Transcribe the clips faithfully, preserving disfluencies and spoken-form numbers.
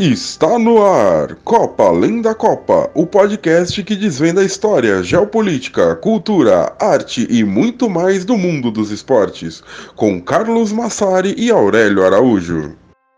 Está no ar, Copa Além da Copa, o podcast que desvenda a história, geopolítica, cultura, arte e muito mais do mundo dos esportes, com Carlos Massari e Aurélio Araújo.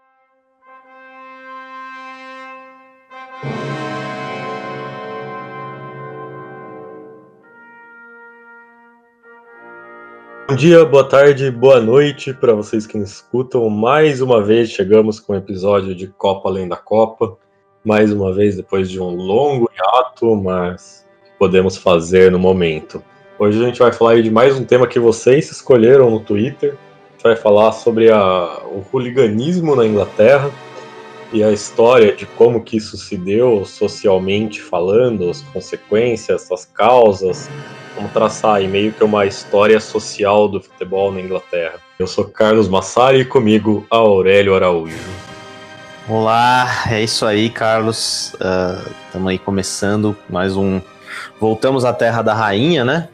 Bom dia, boa tarde, boa noite para vocês que nos escutam. Mais uma vez chegamos com um episódio de Copa Além da Copa. Mais uma vez depois de um longo hiato, mas podemos fazer no momento. Hoje a gente vai falar aí de mais um tema que vocês escolheram no Twitter. A gente vai falar sobre a, o hooliganismo na Inglaterra e a história de como que isso se deu socialmente falando, as consequências, as causas. Vamos traçar aí meio que uma história social do futebol na Inglaterra. Eu sou Carlos Massari e comigo Aurélio Araújo. Olá, é isso aí, Carlos. Estamos uh, aí começando mais um... Voltamos à Terra da Rainha, né?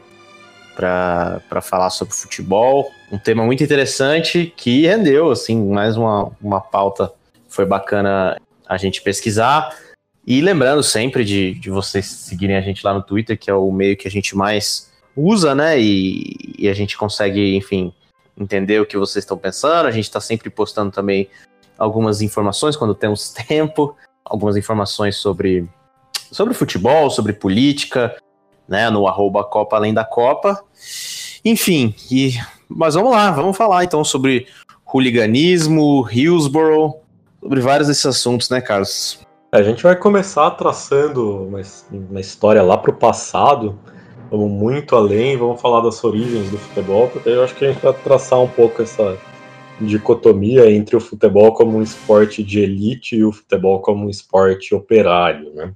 Para falar sobre futebol. Um tema muito interessante que rendeu, assim, mais uma, uma pauta. Foi bacana a gente pesquisar. E lembrando sempre de, de vocês seguirem a gente lá no Twitter, que é o meio que a gente mais usa, né? E, e a gente consegue, enfim, entender o que vocês estão pensando. A gente está sempre postando também algumas informações quando temos tempo, algumas informações sobre, sobre futebol, sobre política, né? No arroba Copa Além da Copa. Enfim, e, mas vamos lá, vamos falar então sobre hooliganismo, Hillsborough, sobre vários desses assuntos, né, Carlos? A gente vai começar traçando uma, uma história lá para o passado, vamos muito além, vamos falar das origens do futebol, porque eu acho que a gente vai traçar um pouco essa dicotomia entre o futebol como um esporte de elite e o futebol como um esporte operário, né?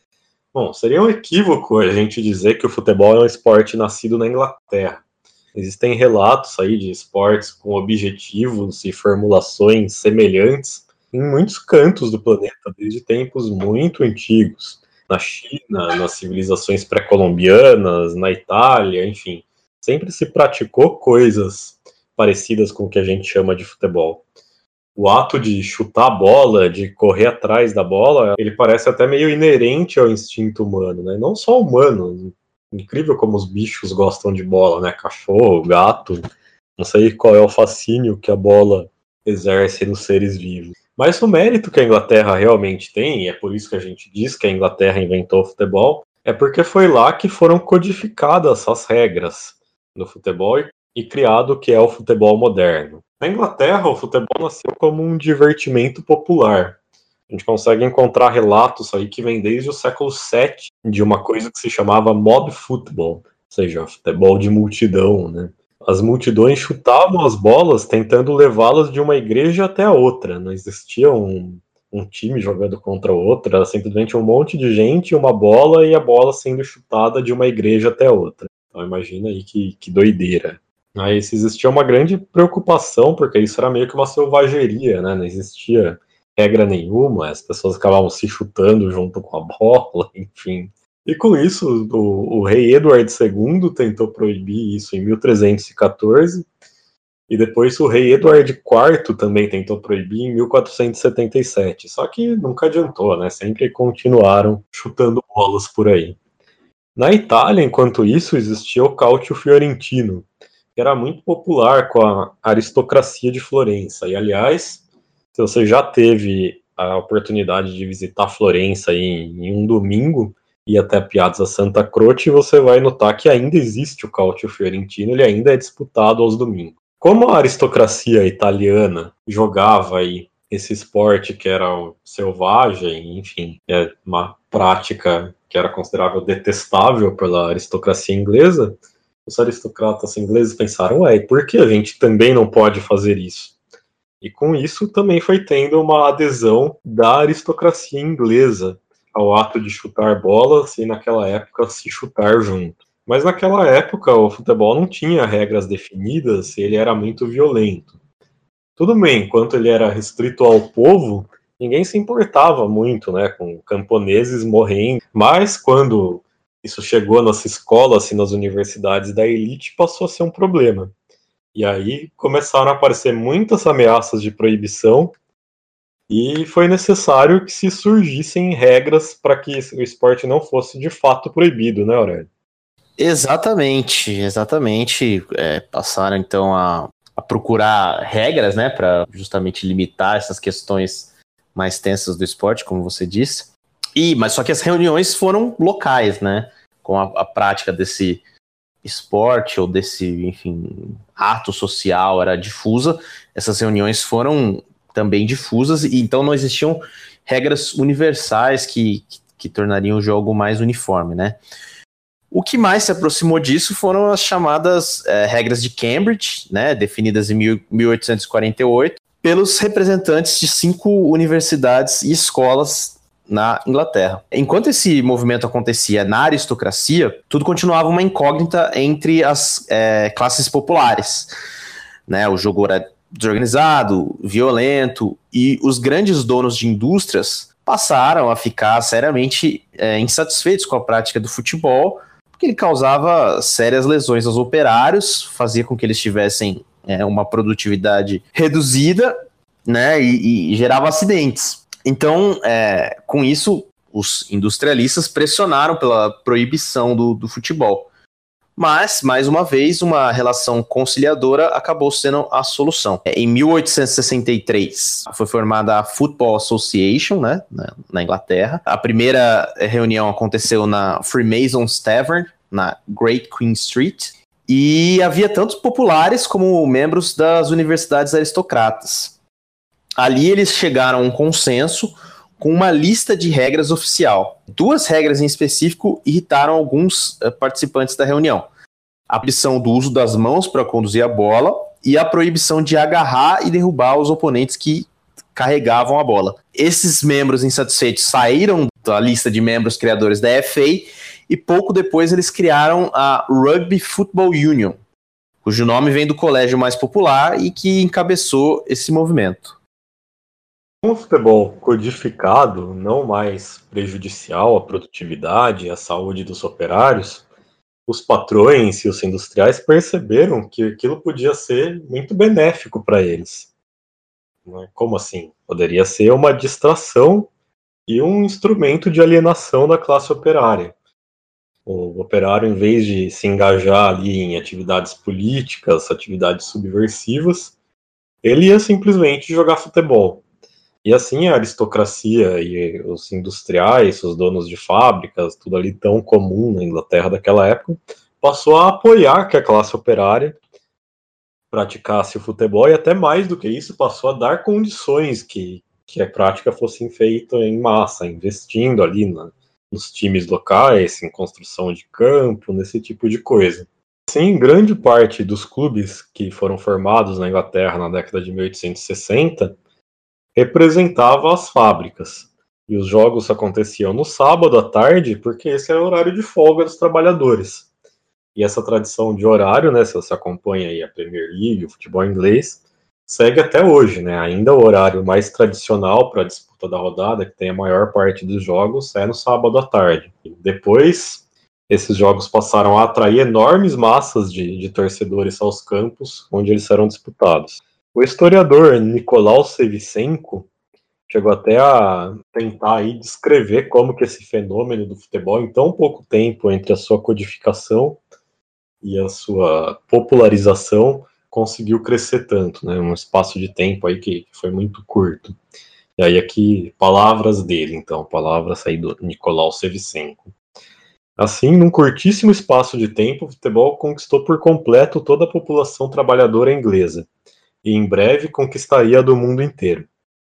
Bom, seria um equívoco a gente dizer que o futebol é um esporte nascido na Inglaterra. Existem relatos aí de esportes com objetivos e formulações semelhantes em muitos cantos do planeta, desde tempos muito antigos. Na China, nas civilizações pré-colombianas, na Itália, enfim. Sempre se praticou coisas parecidas com o que a gente chama de futebol. O ato de chutar a bola, de correr atrás da bola, ele parece até meio inerente ao instinto humano, né? Não só humano. Incrível como os bichos gostam de bola, né? Cachorro, gato. Não sei qual é o fascínio que a bola exerce nos seres vivos. Mas o mérito que a Inglaterra realmente tem, e é por isso que a gente diz que a Inglaterra inventou o futebol, é porque foi lá que foram codificadas as regras do futebol e criado o que é o futebol moderno. Na Inglaterra, o futebol nasceu como um divertimento popular. A gente consegue encontrar relatos aí que vêm desde o século sétimo de uma coisa que se chamava mob football, ou seja, futebol de multidão, né? As multidões chutavam as bolas tentando levá-las de uma igreja até a outra. Não existia um, um time jogando contra o outro, era simplesmente um monte de gente, uma bola e a bola sendo chutada de uma igreja até a outra. Então imagina aí que, que doideira. Aí existia uma grande preocupação, porque isso era meio que uma selvageria, né? Não existia regra nenhuma, as pessoas acabavam se chutando junto com a bola, enfim. E com isso, o, o rei Edward segundo tentou proibir isso em mil trezentos e catorze, e depois o rei Edward quarto também tentou proibir em mil quatrocentos e setenta e sete, só que nunca adiantou, né? Sempre continuaram chutando bolas por aí. Na Itália, enquanto isso, existia o Calcio Fiorentino, que era muito popular com a aristocracia de Florença, e aliás, se você já teve a oportunidade de visitar Florença em, em um domingo, e até a Piazza Santa Croce, você vai notar que ainda existe o Calcio Fiorentino, ele ainda é disputado aos domingos. Como a aristocracia italiana jogava aí esse esporte que era selvagem, enfim, é uma prática que era considerável detestável pela aristocracia inglesa, os aristocratas ingleses pensaram, ué, por que a gente também não pode fazer isso? E com isso também foi tendo uma adesão da aristocracia inglesa ao ato de chutar bolas e naquela época se chutar junto. Mas naquela época o futebol não tinha regras definidas e ele era muito violento. Tudo bem, enquanto ele era restrito ao povo, ninguém se importava muito, né, com camponeses morrendo, mas quando isso chegou nas escolas e nas universidades da elite, passou a ser um problema. E aí começaram a aparecer muitas ameaças de proibição, E foi necessário que se surgissem regras para que o esporte não fosse de fato proibido, né, Aurélio? Exatamente, exatamente. É, passaram então a, a procurar regras, né, para justamente limitar essas questões mais tensas do esporte, como você disse. E, mas só que as reuniões foram locais, né, com a, a prática desse esporte ou desse, enfim, ato social era difusa. Essas reuniões foram também difusas e então não existiam regras universais que, que, que tornariam o jogo mais uniforme, né? O que mais se aproximou disso foram as chamadas é, regras de Cambridge, né, definidas em mil oitocentos e quarenta e oito, pelos representantes de cinco universidades e escolas na Inglaterra. Enquanto esse movimento acontecia na aristocracia, tudo continuava uma incógnita entre as é, classes populares, né? O jogo era desorganizado, violento, e os grandes donos de indústrias passaram a ficar seriamente é, insatisfeitos com a prática do futebol, porque ele causava sérias lesões aos operários, fazia com que eles tivessem é, uma produtividade reduzida, né, e, e gerava acidentes. Então, é, com isso, os industrialistas pressionaram pela proibição do, do futebol. Mas, mais uma vez, uma relação conciliadora acabou sendo a solução. Em mil oitocentos e sessenta e três, foi formada a Football Association, né, na, na Inglaterra. A primeira reunião aconteceu na Freemasons Tavern, na Great Queen Street, e havia tantos populares como membros das universidades aristocratas. Ali eles chegaram a um consenso com uma lista de regras oficial. Duas regras em específico irritaram alguns uh, participantes da reunião. A proibição do uso das mãos para conduzir a bola e a proibição de agarrar e derrubar os oponentes que carregavam a bola. Esses membros insatisfeitos saíram da lista de membros criadores da F A e pouco depois eles criaram a Rugby Football Union, cujo nome vem do colégio mais popular e que encabeçou esse movimento. Um futebol codificado, não mais prejudicial à produtividade e à saúde dos operários, os patrões e os industriais perceberam que aquilo podia ser muito benéfico para eles. Como assim? Poderia ser uma distração e um instrumento de alienação da classe operária. O operário, em vez de se engajar ali em atividades políticas, atividades subversivas, ele ia simplesmente jogar futebol. E assim a aristocracia e os industriais, os donos de fábricas, tudo ali tão comum na Inglaterra daquela época, passou a apoiar que a classe operária praticasse o futebol e até mais do que isso, passou a dar condições que, que a prática fosse feita em massa, investindo ali na, nos times locais, em construção de campo, nesse tipo de coisa. Sim, grande parte dos clubes que foram formados na Inglaterra na década de mil oitocentos e sessenta representava as fábricas. E os jogos aconteciam no sábado à tarde, porque esse era o horário de folga dos trabalhadores. E essa tradição de horário, né, se você acompanha aí a Premier League, o futebol inglês, segue até hoje, né? Ainda o horário mais tradicional para a disputa da rodada, que tem a maior parte dos jogos, é no sábado à tarde. E depois, esses jogos passaram a atrair enormes massas de, de torcedores aos campos onde eles eram disputados. O historiador Nicolau Sevicenko chegou até a tentar aí descrever como que esse fenômeno do futebol, em tão pouco tempo entre a sua codificação e a sua popularização, conseguiu crescer tanto, né? Um espaço de tempo aí que foi muito curto. E aí aqui, palavras dele, então, palavras aí do Nicolau Sevicenko. Assim, num curtíssimo espaço de tempo, o futebol conquistou por completo toda a população trabalhadora inglesa, e em breve conquistaria a do mundo inteiro.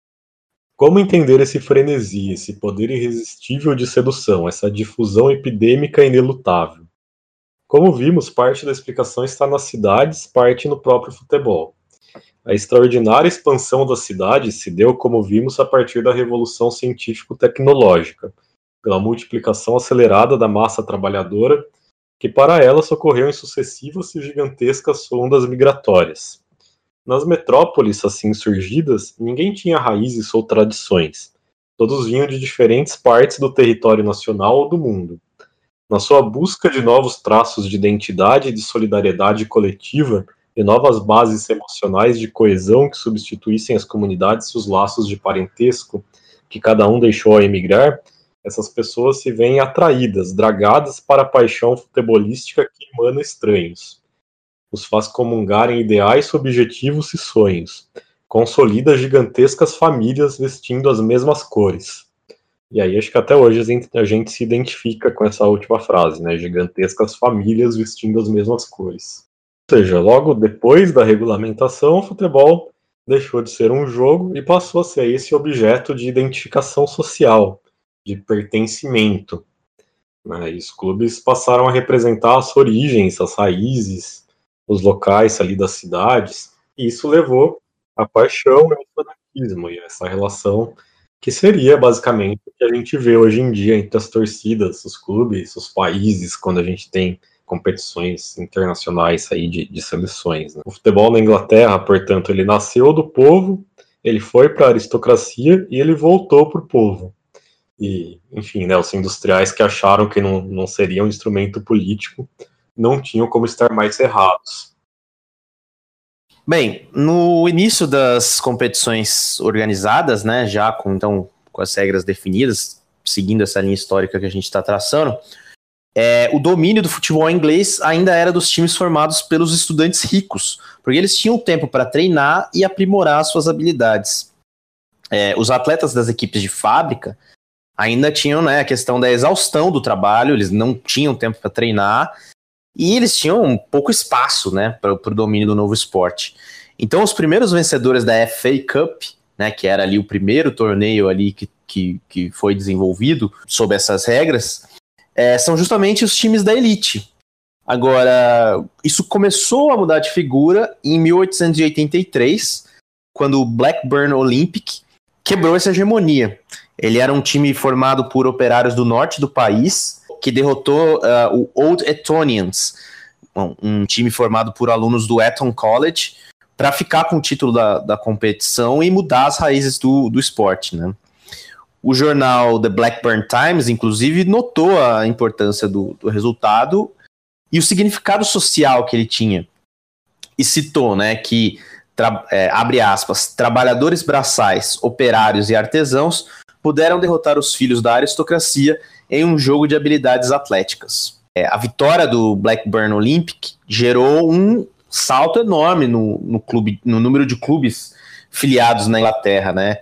Como entender esse frenesi, esse poder irresistível de sedução, essa difusão epidêmica inelutável? Como vimos, parte da explicação está nas cidades, parte no próprio futebol. A extraordinária expansão das cidades se deu, como vimos, a partir da revolução científico-tecnológica, pela multiplicação acelerada da massa trabalhadora, que para ela socorreu em sucessivas e gigantescas ondas migratórias. Nas metrópoles assim surgidas, ninguém tinha raízes ou tradições. Todos vinham de diferentes partes do território nacional ou do mundo. Na sua busca de novos traços de identidade e de solidariedade coletiva, e novas bases emocionais de coesão que substituíssem as comunidades e os laços de parentesco que cada um deixou ao emigrar, essas pessoas se veem atraídas, dragadas para a paixão futebolística que emana estranhos. Os faz comungarem ideais, objetivos e sonhos. Consolida gigantescas famílias vestindo as mesmas cores. E aí acho que até hoje a gente, a gente se identifica com essa última frase, né? Gigantescas famílias vestindo as mesmas cores. Ou seja, logo depois da regulamentação, o futebol deixou de ser um jogo e passou a ser esse objeto de identificação social, de pertencimento. Né? E os clubes passaram a representar as origens, as raízes, os locais ali das cidades, e isso levou à paixão e ao fanatismo, e essa relação que seria basicamente o que a gente vê hoje em dia entre as torcidas, os clubes, os países, quando a gente tem competições internacionais aí de, de seleções. Né? O futebol na Inglaterra, portanto, ele nasceu do povo, ele foi para a aristocracia e ele voltou para o povo. E, enfim, né, os industriais que acharam que não, não seria um instrumento político não tinham como estar mais errados. Bem, no início das competições organizadas, né, já com, então, com as regras definidas, seguindo essa linha histórica que a gente está traçando, é, o domínio do futebol inglês ainda era dos times formados pelos estudantes ricos, porque eles tinham tempo para treinar e aprimorar suas habilidades. É, os atletas das equipes de fábrica ainda tinham, né, a questão da exaustão do trabalho, eles não tinham tempo para treinar e eles tinham pouco espaço, né, para o domínio do novo esporte. Então os primeiros vencedores da F A Cup, né, que era ali o primeiro torneio ali que, que, que foi desenvolvido sob essas regras, é, são justamente os times da elite. Agora, isso começou a mudar de figura em mil oitocentos e oitenta e três, quando o Blackburn Olympic quebrou essa hegemonia. Ele era um time formado por operários do norte do país, que derrotou uh, o Old Etonians, um, um time formado por alunos do Eton College, para ficar com o título da, da competição e mudar as raízes do, do esporte, né? O jornal The Blackburn Times, inclusive, notou a importância do, do resultado e o significado social que ele tinha. E citou, né, que, tra- é, abre aspas, trabalhadores braçais, operários e artesãos puderam derrotar os filhos da aristocracia em um jogo de habilidades atléticas. É, a vitória do Blackburn Olympic gerou um salto enorme no, no, clube, no número de clubes filiados na Inglaterra, né?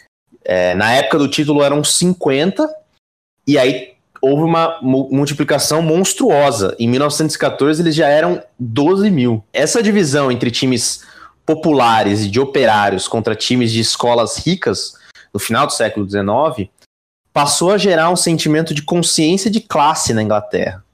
É, na época do título eram cinquenta, e aí houve uma mu- multiplicação monstruosa. Em mil novecentos e catorze eles já eram doze mil. Essa divisão entre times populares e de operários contra times de escolas ricas, no final do século dezenove, passou a gerar um sentimento de consciência de classe na Inglaterra.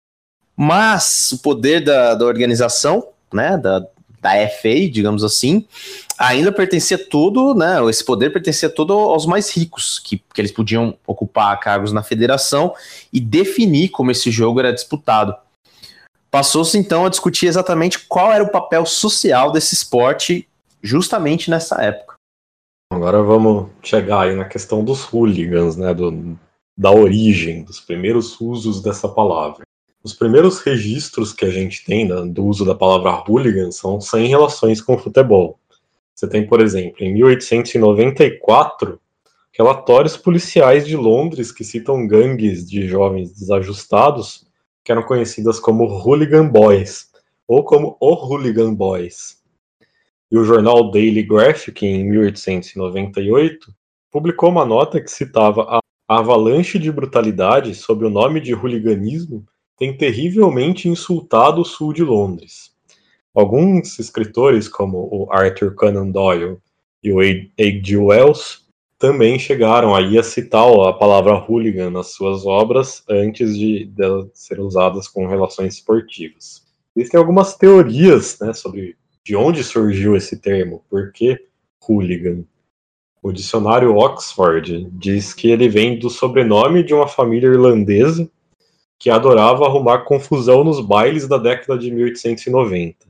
Mas o poder da, da organização, né, da, da F A, digamos assim, ainda pertencia todo, né, esse poder pertencia todo aos mais ricos, que, que eles podiam ocupar cargos na federação e definir como esse jogo era disputado. Passou-se então a discutir exatamente qual era o papel social desse esporte justamente nessa época. Agora vamos chegar aí na questão dos hooligans, né, do, da origem, dos primeiros usos dessa palavra. Os primeiros registros que a gente tem, né, do uso da palavra hooligan são sem relações com futebol. Você tem, por exemplo, em mil oitocentos e noventa e quatro, relatórios policiais de Londres que citam gangues de jovens desajustados que eram conhecidas como Hooligan Boys, ou como o Hooligan Boys. E o jornal Daily Graphic, em mil oitocentos e noventa e oito, publicou uma nota que citava a avalanche de brutalidade sob o nome de hooliganismo tem terrivelmente insultado o sul de Londres. Alguns escritores, como o Arthur Conan Doyle e o H G Wells, também chegaram aí a citar a palavra hooligan nas suas obras antes de, de serem usadas com relações esportivas. Existem algumas teorias, né, sobre de onde surgiu esse termo, por que hooligan. O dicionário Oxford diz que ele vem do sobrenome de uma família irlandesa que adorava arrumar confusão nos bailes da década de mil oitocentos e noventa.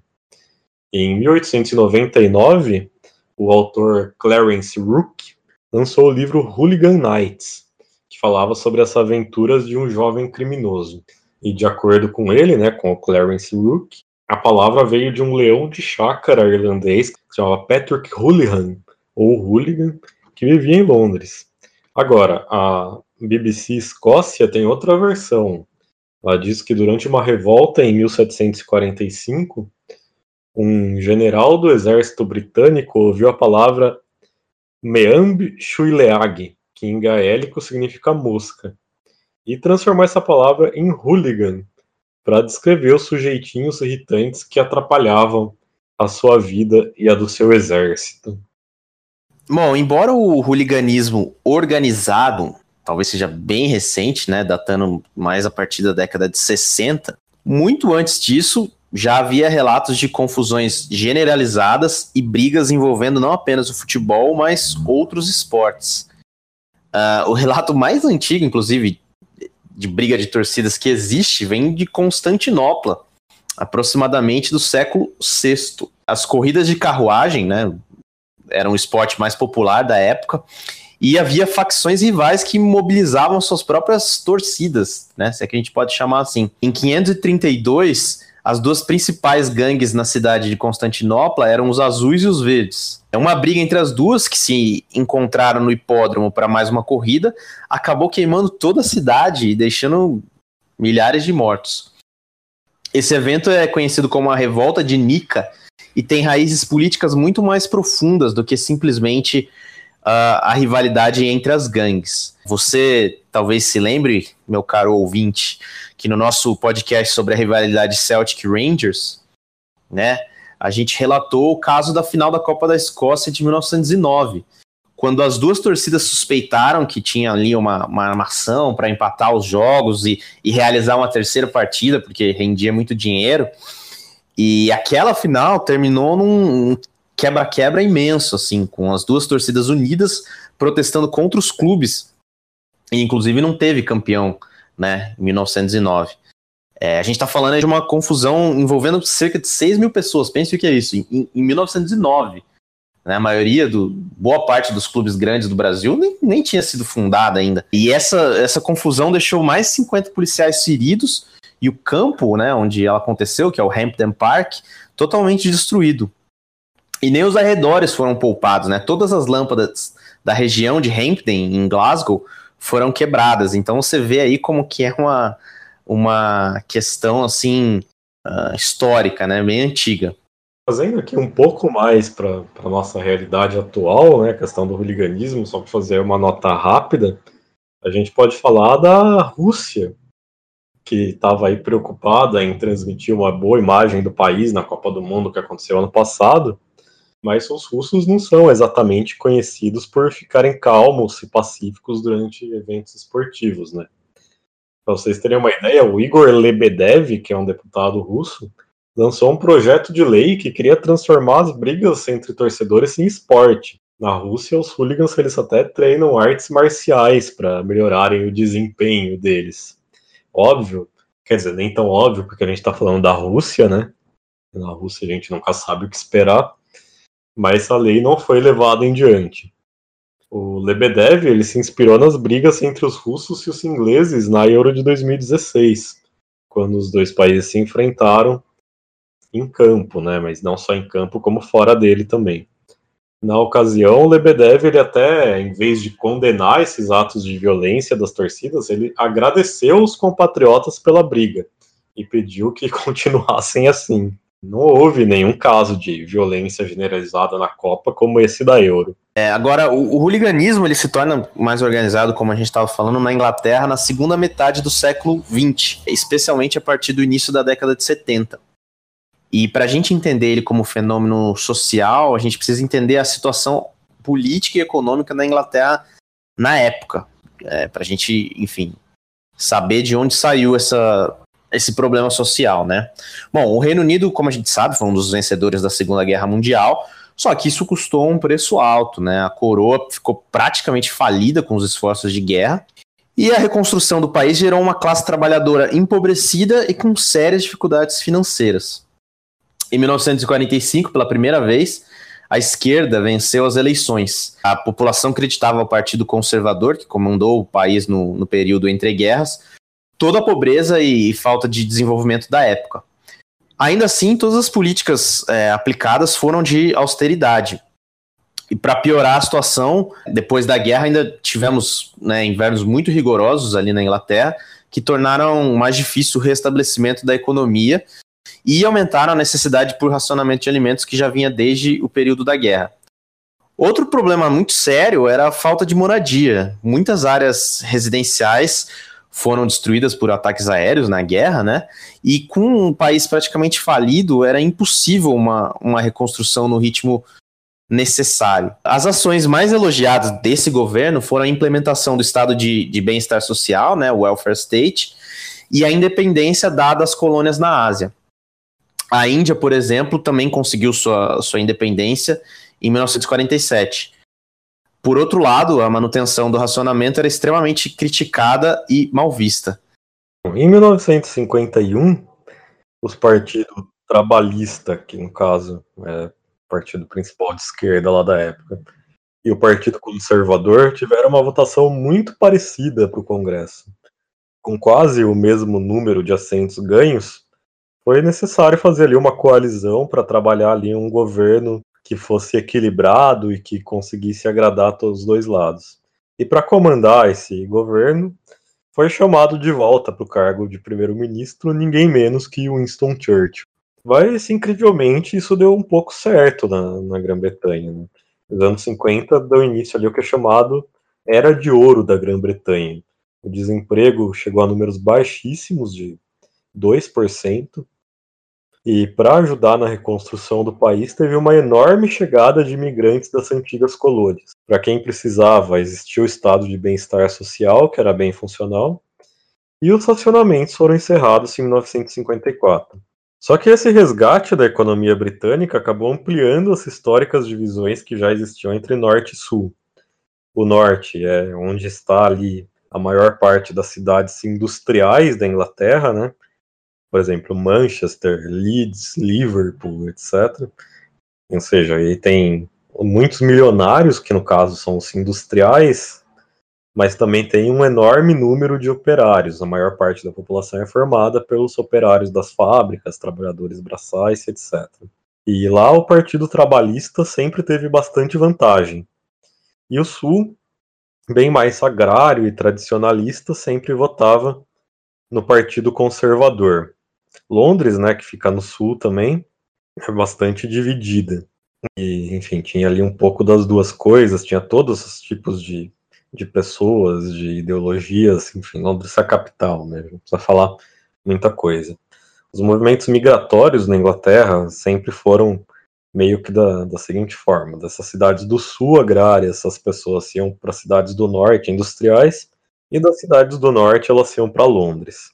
Em mil oitocentos e noventa e nove, o autor Clarence Rook lançou o livro Hooligan Nights, que falava sobre as aventuras de um jovem criminoso. E de acordo com ele, né, com o Clarence Rook, A palavra veio de um leão de chácara irlandês que se chamava Patrick Houlihan, ou Hooligan, que vivia em Londres. Agora, a B B C Escócia tem outra versão. Ela diz que durante uma revolta em mil setecentos e quarenta e cinco, um general do exército britânico ouviu a palavra Meamb Shuileag, que em gaélico significa mosca, e transformou essa palavra em hooligan, para descrever os sujeitinhos irritantes que atrapalhavam a sua vida e a do seu exército. Bom, embora o hooliganismo organizado talvez seja bem recente, né, datando mais a partir da década de sessenta, muito antes disso já havia relatos de confusões generalizadas e brigas envolvendo não apenas o futebol, mas outros esportes. Uh, o relato mais antigo, inclusive, de briga de torcidas que existe, vem de Constantinopla, aproximadamente do século sexto. As corridas de carruagem, né, eram o esporte mais popular da época, e havia facções rivais que mobilizavam suas próprias torcidas, né, se é que a gente pode chamar assim. Em quinhentos e trinta e dois, as duas principais gangues na cidade de Constantinopla eram os azuis e os verdes. Uma briga entre as duas, que se encontraram no hipódromo para mais uma corrida, acabou queimando toda a cidade e deixando milhares de mortos. Esse evento é conhecido como a Revolta de Nika e tem raízes políticas muito mais profundas do que simplesmente uh, a rivalidade entre as gangues. Você talvez se lembre, meu caro ouvinte, que no nosso podcast sobre a rivalidade Celtic Rangers, né, a gente relatou o caso da final da Copa da Escócia de mil novecentos e nove, quando as duas torcidas suspeitaram que tinha ali uma, uma armação para empatar os jogos e, e realizar uma terceira partida, porque rendia muito dinheiro, e aquela final terminou num quebra-quebra imenso, assim, com as duas torcidas unidas protestando contra os clubes, e inclusive não teve campeão, né, em mil novecentos e nove. É, a gente está falando de uma confusão envolvendo cerca de seis mil pessoas. Pense o que é isso, em, em mil novecentos e nove. Né, a maioria, do, boa parte dos clubes grandes do Brasil nem, nem tinha sido fundada ainda. E essa, essa confusão deixou mais de cinquenta policiais feridos e o campo, né, onde ela aconteceu, que é o Hampden Park, totalmente destruído. E nem os arredores foram poupados, né? Todas as lâmpadas da região de Hampden, em Glasgow, foram quebradas. Então você vê aí como que é uma... uma questão assim uh, histórica, né, bem antiga. Fazendo aqui um pouco mais para a nossa realidade atual, né, a questão do hooliganismo, só para fazer uma nota rápida, a gente pode falar da Rússia, que estava aí preocupada em transmitir uma boa imagem do país na Copa do Mundo que aconteceu ano passado, mas os russos não são exatamente conhecidos por ficarem calmos e pacíficos durante eventos esportivos, né? Para vocês terem uma ideia, o Igor Lebedev, que é um deputado russo, lançou um projeto de lei que queria transformar as brigas entre torcedores em esporte. Na Rússia, os hooligans eles até treinam artes marciais para melhorarem o desempenho deles. Óbvio, quer dizer, nem tão óbvio, porque a gente está falando da Rússia, né? Na Rússia a gente nunca sabe o que esperar, mas essa lei não foi levada em diante. O Lebedev ele se inspirou nas brigas entre os russos e os ingleses na Euro de dois mil e dezesseis, quando os dois países se enfrentaram em campo, né? Mas não só em campo, como fora dele também. Na ocasião, o Lebedev, ele até, em vez de condenar esses atos de violência das torcidas, ele agradeceu os compatriotas pela briga e pediu que continuassem assim. Não houve nenhum caso de violência generalizada na Copa como esse da Euro. É, agora, o, o hooliganismo ele se torna mais organizado, como a gente estava falando, na Inglaterra na segunda metade do século vinte, especialmente a partir do início da década de setenta. E para a gente entender ele como fenômeno social, a gente precisa entender a situação política e econômica da Inglaterra na época. É, para a gente, enfim, saber de onde saiu essa... esse problema social, né? Bom, o Reino Unido, como a gente sabe, foi um dos vencedores da Segunda Guerra Mundial, só que isso custou um preço alto, né? A coroa ficou praticamente falida com os esforços de guerra, e a reconstrução do país gerou uma classe trabalhadora empobrecida e com sérias dificuldades financeiras. Em mil novecentos e quarenta e cinco, pela primeira vez, a esquerda venceu as eleições. A população acreditava ao Partido Conservador, que comandou o país no, no período entre guerras, toda a pobreza e falta de desenvolvimento da época. Ainda assim, todas as políticas é, aplicadas foram de austeridade. E para piorar a situação, depois da guerra ainda tivemos, né, invernos muito rigorosos ali na Inglaterra, que tornaram mais difícil o restabelecimento da economia e aumentaram a necessidade por racionamento de alimentos que já vinha desde o período da guerra. Outro problema muito sério era a falta de moradia. Muitas áreas residenciais foram destruídas por ataques aéreos na guerra, né? E com um país praticamente falido, era impossível uma, uma reconstrução no ritmo necessário. As ações mais elogiadas desse governo foram a implementação do estado de, de bem-estar social, né, o welfare state, e a independência dada às colônias na Ásia. A Índia, por exemplo, também conseguiu sua, sua independência em mil novecentos e quarenta e sete. Por outro lado, a manutenção do racionamento era extremamente criticada e mal vista. Em mil novecentos e cinquenta e um, os partidos trabalhistas, que no caso é partido principal de esquerda lá da época, e o Partido Conservador tiveram uma votação muito parecida para o Congresso. Com quase o mesmo número de assentos ganhos, foi necessário fazer ali uma coalizão para trabalhar ali um governo que fosse equilibrado e que conseguisse agradar todos os dois lados. E para comandar esse governo, foi chamado de volta para o cargo de primeiro-ministro ninguém menos que Winston Churchill. Mas, incrivelmente, isso deu um pouco certo na, na Grã-Bretanha. Né? Nos anos cinquenta, deu início ali o que é chamado Era de Ouro da Grã-Bretanha. O desemprego chegou a números baixíssimos, de dois por cento, e para ajudar na reconstrução do país, teve uma enorme chegada de imigrantes das antigas colônias. Para quem precisava, existia o estado de bem-estar social, que era bem funcional, e os racionamentos foram encerrados em mil novecentos e cinquenta e quatro. Só que esse resgate da economia britânica acabou ampliando as históricas divisões que já existiam entre norte e sul. O norte é onde está ali a maior parte das cidades industriais da Inglaterra, né? Por exemplo, Manchester, Leeds, Liverpool, etcétera. Ou seja, aí tem muitos milionários, que no caso são os industriais, mas também tem um enorme número de operários. A maior parte da população é formada pelos operários das fábricas, trabalhadores braçais, etcétera. E lá o Partido Trabalhista sempre teve bastante vantagem. E o Sul, bem mais agrário e tradicionalista, sempre votava no Partido Conservador. Londres, né, que fica no sul também, é bastante dividida. E, enfim, tinha ali um pouco das duas coisas, tinha todos os tipos de, de pessoas, de ideologias, enfim, Londres é a capital, né, não precisa falar muita coisa. Os movimentos migratórios na Inglaterra sempre foram meio que da, da seguinte forma: dessas cidades do sul agrárias, essas pessoas iam para cidades do norte industriais, e das cidades do norte elas iam para Londres.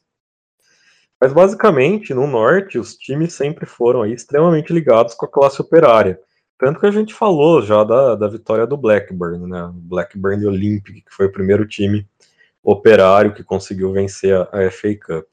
Mas basicamente, no norte, os times sempre foram aí extremamente ligados com a classe operária. Tanto que a gente falou já da, da vitória do Blackburn, né? Blackburn Olympic, que foi o primeiro time operário que conseguiu vencer a, a F A Cup.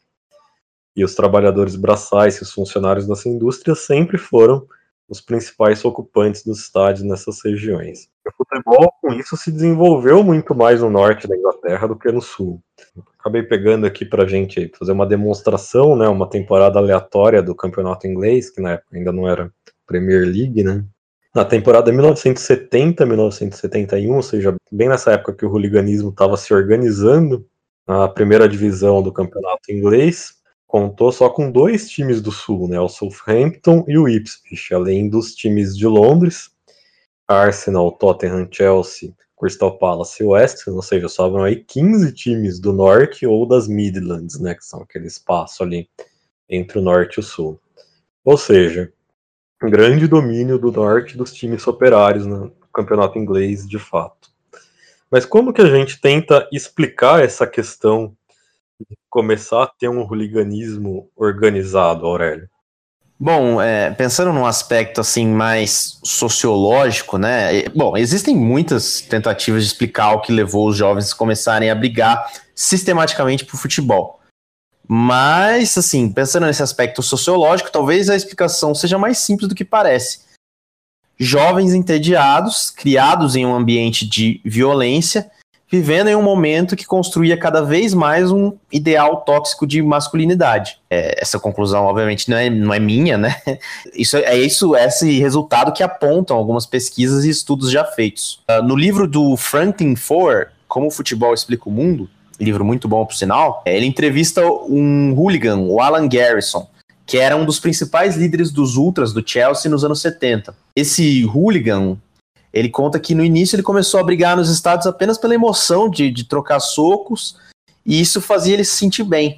E os trabalhadores braçais e os funcionários dessa indústria sempre foram os principais ocupantes dos estádios nessas regiões. O futebol, com isso, se desenvolveu muito mais no norte da Inglaterra do que no sul. Acabei pegando aqui pra gente fazer uma demonstração, né, uma temporada aleatória do campeonato inglês, que na época ainda não era Premier League, né. Na temporada mil novecentos e setenta, mil novecentos e setenta e um, ou seja, bem nessa época que o hooliganismo estava se organizando, a primeira divisão do campeonato inglês contou só com dois times do sul, né, o Southampton e o Ipswich, além dos times de Londres, Arsenal, Tottenham, Chelsea, Crystal Palace e West Ham, ou seja, sobram aí quinze times do norte ou das Midlands, né, que são aquele espaço ali entre o norte e o sul. Ou seja, um grande domínio do norte dos times operários no campeonato inglês, de fato. Mas como que a gente tenta explicar essa questão de começar a ter um hooliganismo organizado, Aurélio? Bom, é, pensando num aspecto assim mais sociológico, né? Bom, existem muitas tentativas de explicar o que levou os jovens a começarem a brigar sistematicamente por futebol. Mas, assim, pensando nesse aspecto sociológico, talvez a explicação seja mais simples do que parece. Jovens entediados, criados em um ambiente de violência, vivendo em um momento que construía cada vez mais um ideal tóxico de masculinidade. É, essa conclusão, obviamente, não é, não é minha, né? Isso é isso, esse resultado que apontam algumas pesquisas e estudos já feitos. Uh, no livro do Franklin Foer, Como o Futebol Explica o Mundo, livro muito bom, por sinal, ele entrevista um hooligan, o Alan Garrison, que era um dos principais líderes dos ultras do Chelsea nos anos setenta. Esse hooligan, ele conta que no início ele começou a brigar nos estádios apenas pela emoção de, de trocar socos, e isso fazia ele se sentir bem.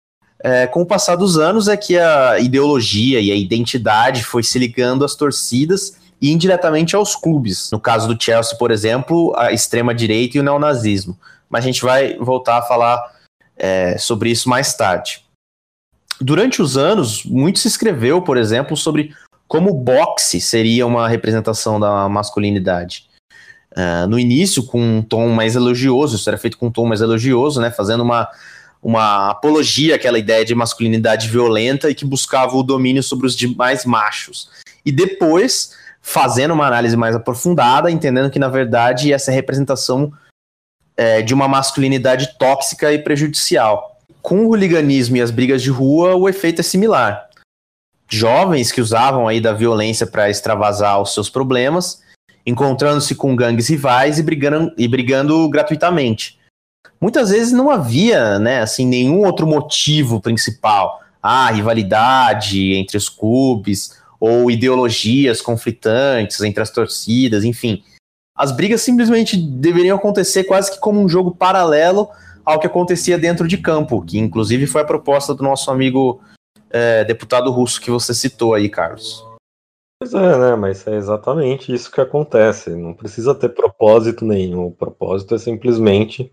É, com o passar dos anos é que a ideologia e a identidade foi se ligando às torcidas e indiretamente aos clubes. No caso do Chelsea, por exemplo, a extrema-direita e o neonazismo. Mas a gente vai voltar a falar é, sobre isso mais tarde. Durante os anos, muito se escreveu, por exemplo, sobre como o boxe seria uma representação da masculinidade. Uh, no início, com um tom mais elogioso, isso era feito com um tom mais elogioso, né, fazendo uma, uma apologia àquela ideia de masculinidade violenta e que buscava o domínio sobre os demais machos. E depois, fazendo uma análise mais aprofundada, entendendo que, na verdade, essa é a representação é, de uma masculinidade tóxica e prejudicial. Com o hooliganismo e as brigas de rua, o efeito é similar. Jovens que usavam aí da violência para extravasar os seus problemas, encontrando-se com gangues rivais e brigando, e brigando gratuitamente. Muitas vezes não havia, né, assim, nenhum outro motivo principal. Ah, rivalidade entre os clubes, ou ideologias conflitantes entre as torcidas, enfim. As brigas simplesmente deveriam acontecer quase que como um jogo paralelo ao que acontecia dentro de campo, que inclusive foi a proposta do nosso amigo é, deputado russo que você citou aí, Carlos. Pois é, né, mas é exatamente isso que acontece, não precisa ter propósito nenhum, o propósito é simplesmente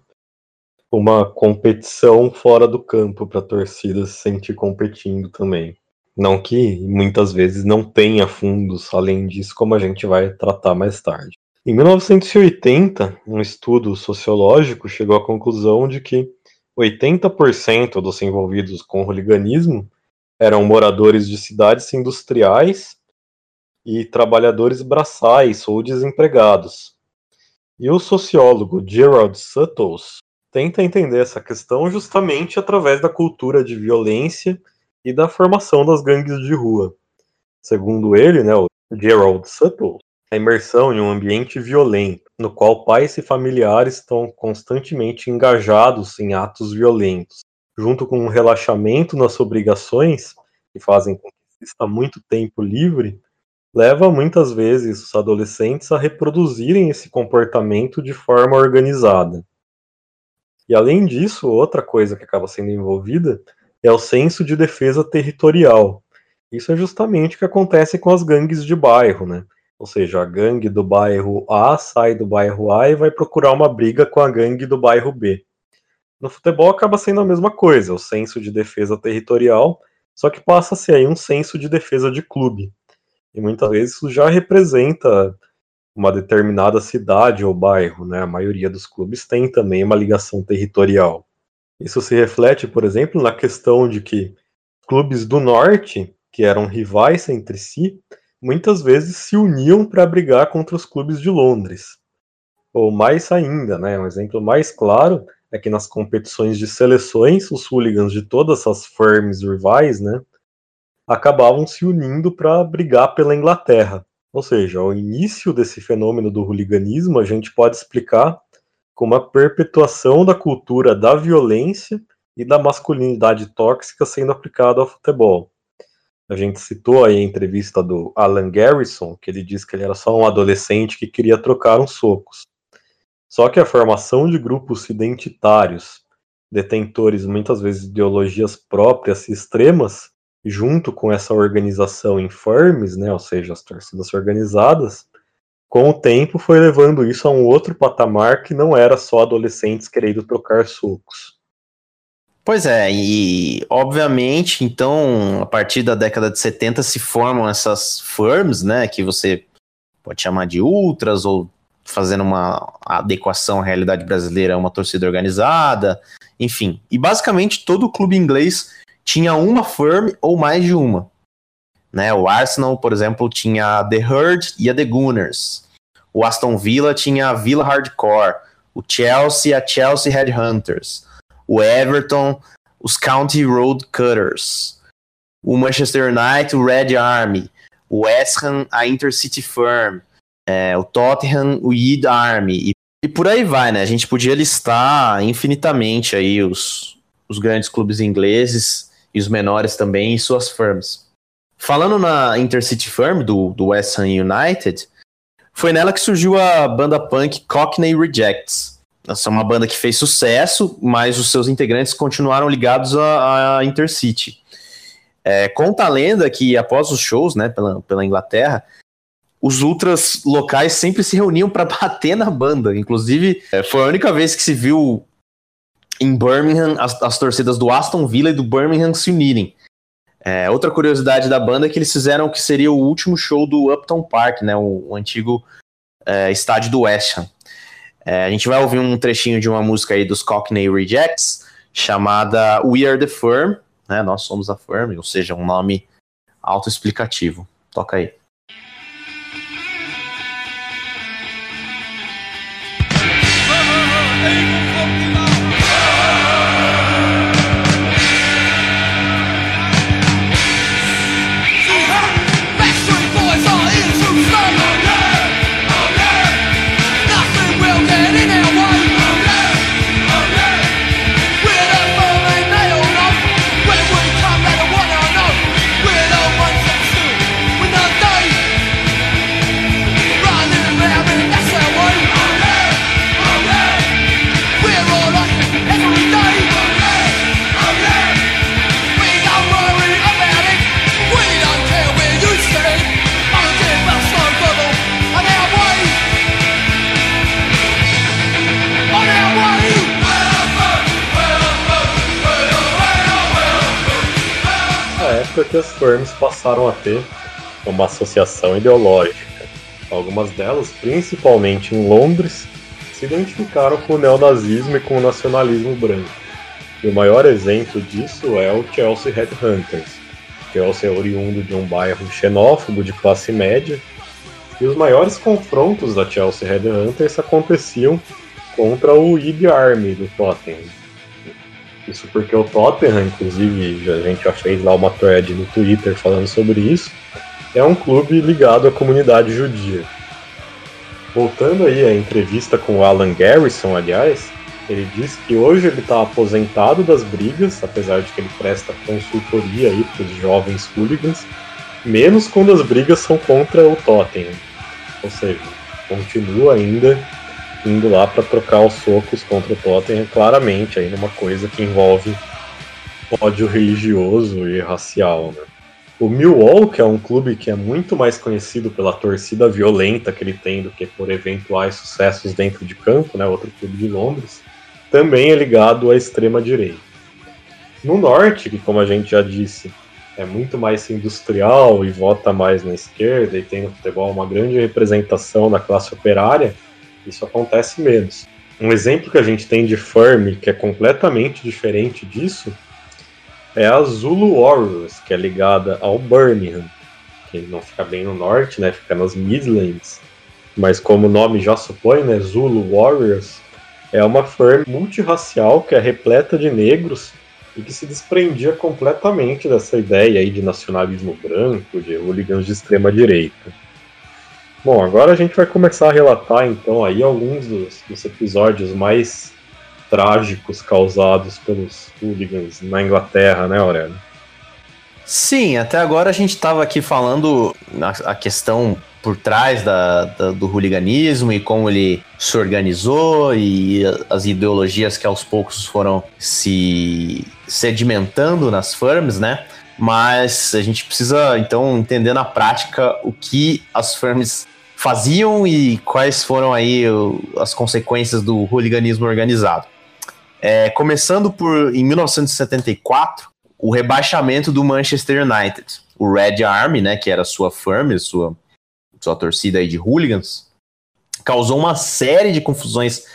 uma competição fora do campo para a torcida se sentir competindo também. Não que muitas vezes não tenha fundos além disso, como a gente vai tratar mais tarde. Em mil novecentos e oitenta, um estudo sociológico chegou à conclusão de que oitenta por cento dos envolvidos com hooliganismo eram moradores de cidades industriais e trabalhadores braçais ou desempregados. E o sociólogo Gerald Suttles tenta entender essa questão justamente através da cultura de violência e da formação das gangues de rua. Segundo ele, né, o Gerald Suttles, a imersão em um ambiente violento, no qual pais e familiares estão constantemente engajados em atos violentos, junto com um relaxamento nas obrigações, que fazem com que exista muito tempo livre, leva muitas vezes os adolescentes a reproduzirem esse comportamento de forma organizada. E além disso, outra coisa que acaba sendo envolvida é o senso de defesa territorial. Isso é justamente o que acontece com as gangues de bairro, né? Ou seja, a gangue do bairro A sai do bairro A e vai procurar uma briga com a gangue do bairro B. No futebol acaba sendo a mesma coisa, o senso de defesa territorial, só que passa a ser aí um senso de defesa de clube. E muitas vezes isso já representa uma determinada cidade ou bairro, né? A maioria dos clubes tem também uma ligação territorial. Isso se reflete, por exemplo, na questão de que clubes do norte, que eram rivais entre si, muitas vezes se uniam para brigar contra os clubes de Londres. Ou mais ainda, né? Um exemplo mais claro é que nas competições de seleções, os hooligans de todas as firms rivais, né, acabavam se unindo para brigar pela Inglaterra. Ou seja, ao início desse fenômeno do hooliganismo, a gente pode explicar como a perpetuação da cultura da violência e da masculinidade tóxica sendo aplicada ao futebol. A gente citou aí a entrevista do Alan Garrison, que ele disse que ele era só um adolescente que queria trocar uns socos. Só que a formação de grupos identitários, detentores muitas vezes de ideologias próprias e extremas, junto com essa organização em firmes, né, ou seja, as torcidas organizadas, com o tempo foi levando isso a um outro patamar que não era só adolescentes querendo trocar socos. Pois é, e obviamente, então, a partir da década de setenta se formam essas firms, né, que você pode chamar de ultras, ou fazendo uma adequação à realidade brasileira, uma torcida organizada, enfim. E basicamente todo clube inglês tinha uma firm ou mais de uma. Né? O Arsenal, por exemplo, tinha a The Herd e a The Gunners. O Aston Villa tinha a Villa Hardcore. o Chelsea, a Chelsea Headhunters, o Everton, os County Road Cutters, o Manchester United, o Red Army, o West Ham, a Intercity Firm, é, o Tottenham, o Red Army, e, e por aí vai, né? A gente podia listar infinitamente aí os, os grandes clubes ingleses e os menores também e suas firms. Falando na Intercity Firm do, do West Ham United, foi nela que surgiu a banda punk Cockney Rejects. Essa é uma banda que fez sucesso, mas os seus integrantes continuaram ligados à, à Intercity. É, conta a lenda que após os shows, né, pela, pela Inglaterra, os ultras locais sempre se reuniam para bater na banda. Inclusive, é, foi a única vez que se viu em Birmingham as, as torcidas do Aston Villa e do Birmingham se unirem. É, outra curiosidade da banda é que eles fizeram o que seria o último show do Upton Park, né, o, o antigo é, estádio do West Ham. É, a gente vai ouvir um trechinho de uma música aí dos Cockney Rejects, chamada We Are The Firm, né, Nós Somos a Firm, ou seja, um nome autoexplicativo. Toca aí. Que as firms passaram a ter uma associação ideológica. Algumas delas, principalmente em Londres, se identificaram com o neonazismo e com o nacionalismo branco. E o maior exemplo disso é o Chelsea Headhunters. Chelsea é oriundo de um bairro xenófobo de classe média, e os maiores confrontos da Chelsea Headhunters aconteciam contra o Red Army do Tottenham. Isso porque o Tottenham, inclusive, a gente já fez lá uma thread no Twitter falando sobre isso, é um clube ligado à comunidade judia. Voltando aí à entrevista com o Alan Garrison, aliás, ele disse que hoje ele está aposentado das brigas, apesar de que ele presta consultoria aí para os jovens hooligans, menos quando as brigas são contra o Tottenham. Ou seja, continua ainda indo lá para trocar os socos contra o Tottenham, claramente aí numa coisa que envolve ódio religioso e racial, né? O Millwall, que é um clube que é muito mais conhecido pela torcida violenta que ele tem do que por eventuais sucessos dentro de campo, né? Outro clube de Londres, também é ligado à extrema-direita. No norte, que como a gente já disse, é muito mais industrial e vota mais na esquerda e tem no futebol uma grande representação da classe operária, isso acontece menos. Um exemplo que a gente tem de firm que é completamente diferente disso é a Zulu Warriors, que é ligada ao Birmingham, que não fica bem no norte, né? Fica nas Midlands, mas como o nome já supõe, né? Zulu Warriors é uma firm multirracial que é repleta de negros e que se desprendia completamente dessa ideia aí de nacionalismo branco, de hooligans de extrema direita. Bom, agora a gente vai começar a relatar então aí alguns dos, dos episódios mais trágicos causados pelos hooligans na Inglaterra, né, Aurélio? Sim, até agora a gente estava aqui falando a, a questão por trás da, da, do hooliganismo e como ele se organizou e as ideologias que aos poucos foram se sedimentando nas firms, né? Mas a gente precisa então entender na prática o que as firms faziam e quais foram aí o, as consequências do hooliganismo organizado. É, começando por, em mil novecentos e setenta e quatro, o rebaixamento do Manchester United. O Red Army, né, que era sua firm, sua, sua torcida aí de hooligans, causou uma série de confusões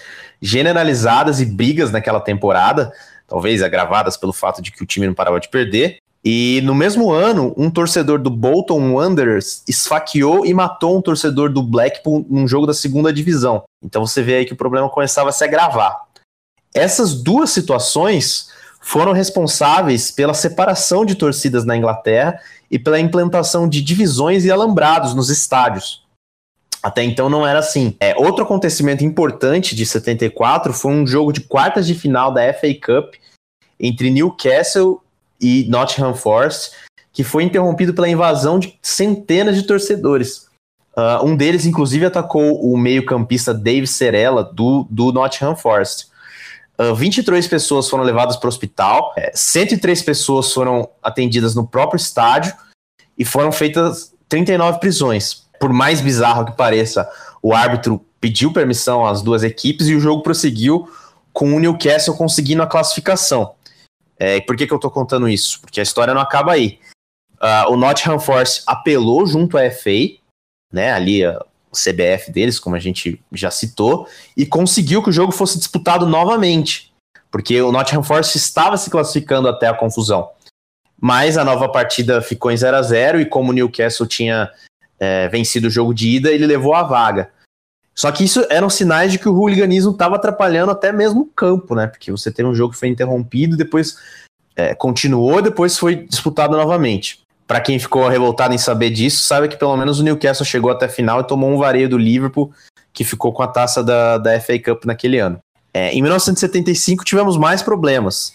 generalizadas e brigas naquela temporada, talvez agravadas pelo fato de que o time não parava de perder. E no mesmo ano, um torcedor do Bolton Wanderers esfaqueou e matou um torcedor do Blackpool num jogo da segunda divisão. Então você vê aí que o problema começava a se agravar. Essas duas situações foram responsáveis pela separação de torcidas na Inglaterra e pela implantação de divisões e alambrados nos estádios. Até então não era assim. É, outro acontecimento importante de setenta e quatro foi um jogo de quartas de final da F A Cup entre Newcastle e Nottingham Forest, que foi interrompido pela invasão de centenas de torcedores. Uh, um deles, inclusive, atacou o meio-campista Dave Serella, do, do Nottingham Forest. Uh, vinte e três pessoas foram levadas para o hospital, é, cento e três pessoas foram atendidas no próprio estádio e foram feitas trinta e nove prisões. Por mais bizarro que pareça, o árbitro pediu permissão às duas equipes e o jogo prosseguiu com o Newcastle conseguindo a classificação. É, por que, que eu tô contando isso? Porque a história não acaba aí. Uh, o Nottingham Forest apelou junto à F A, né, ali a, o C B F deles, como a gente já citou, e conseguiu que o jogo fosse disputado novamente, porque o Nottingham Forest estava se classificando até a confusão. Mas a nova partida ficou em zero a zero e como o Newcastle tinha é, vencido o jogo de ida, ele levou a vaga. Só que isso eram sinais de que o hooliganismo estava atrapalhando até mesmo o campo, né? Porque você teve um jogo que foi interrompido, depois é, continuou, depois foi disputado novamente. Para quem ficou revoltado em saber disso, sabe que pelo menos o Newcastle chegou até a final e tomou um vareio do Liverpool, que ficou com a taça da, da F A Cup naquele ano. É, em mil novecentos e setenta e cinco tivemos mais problemas.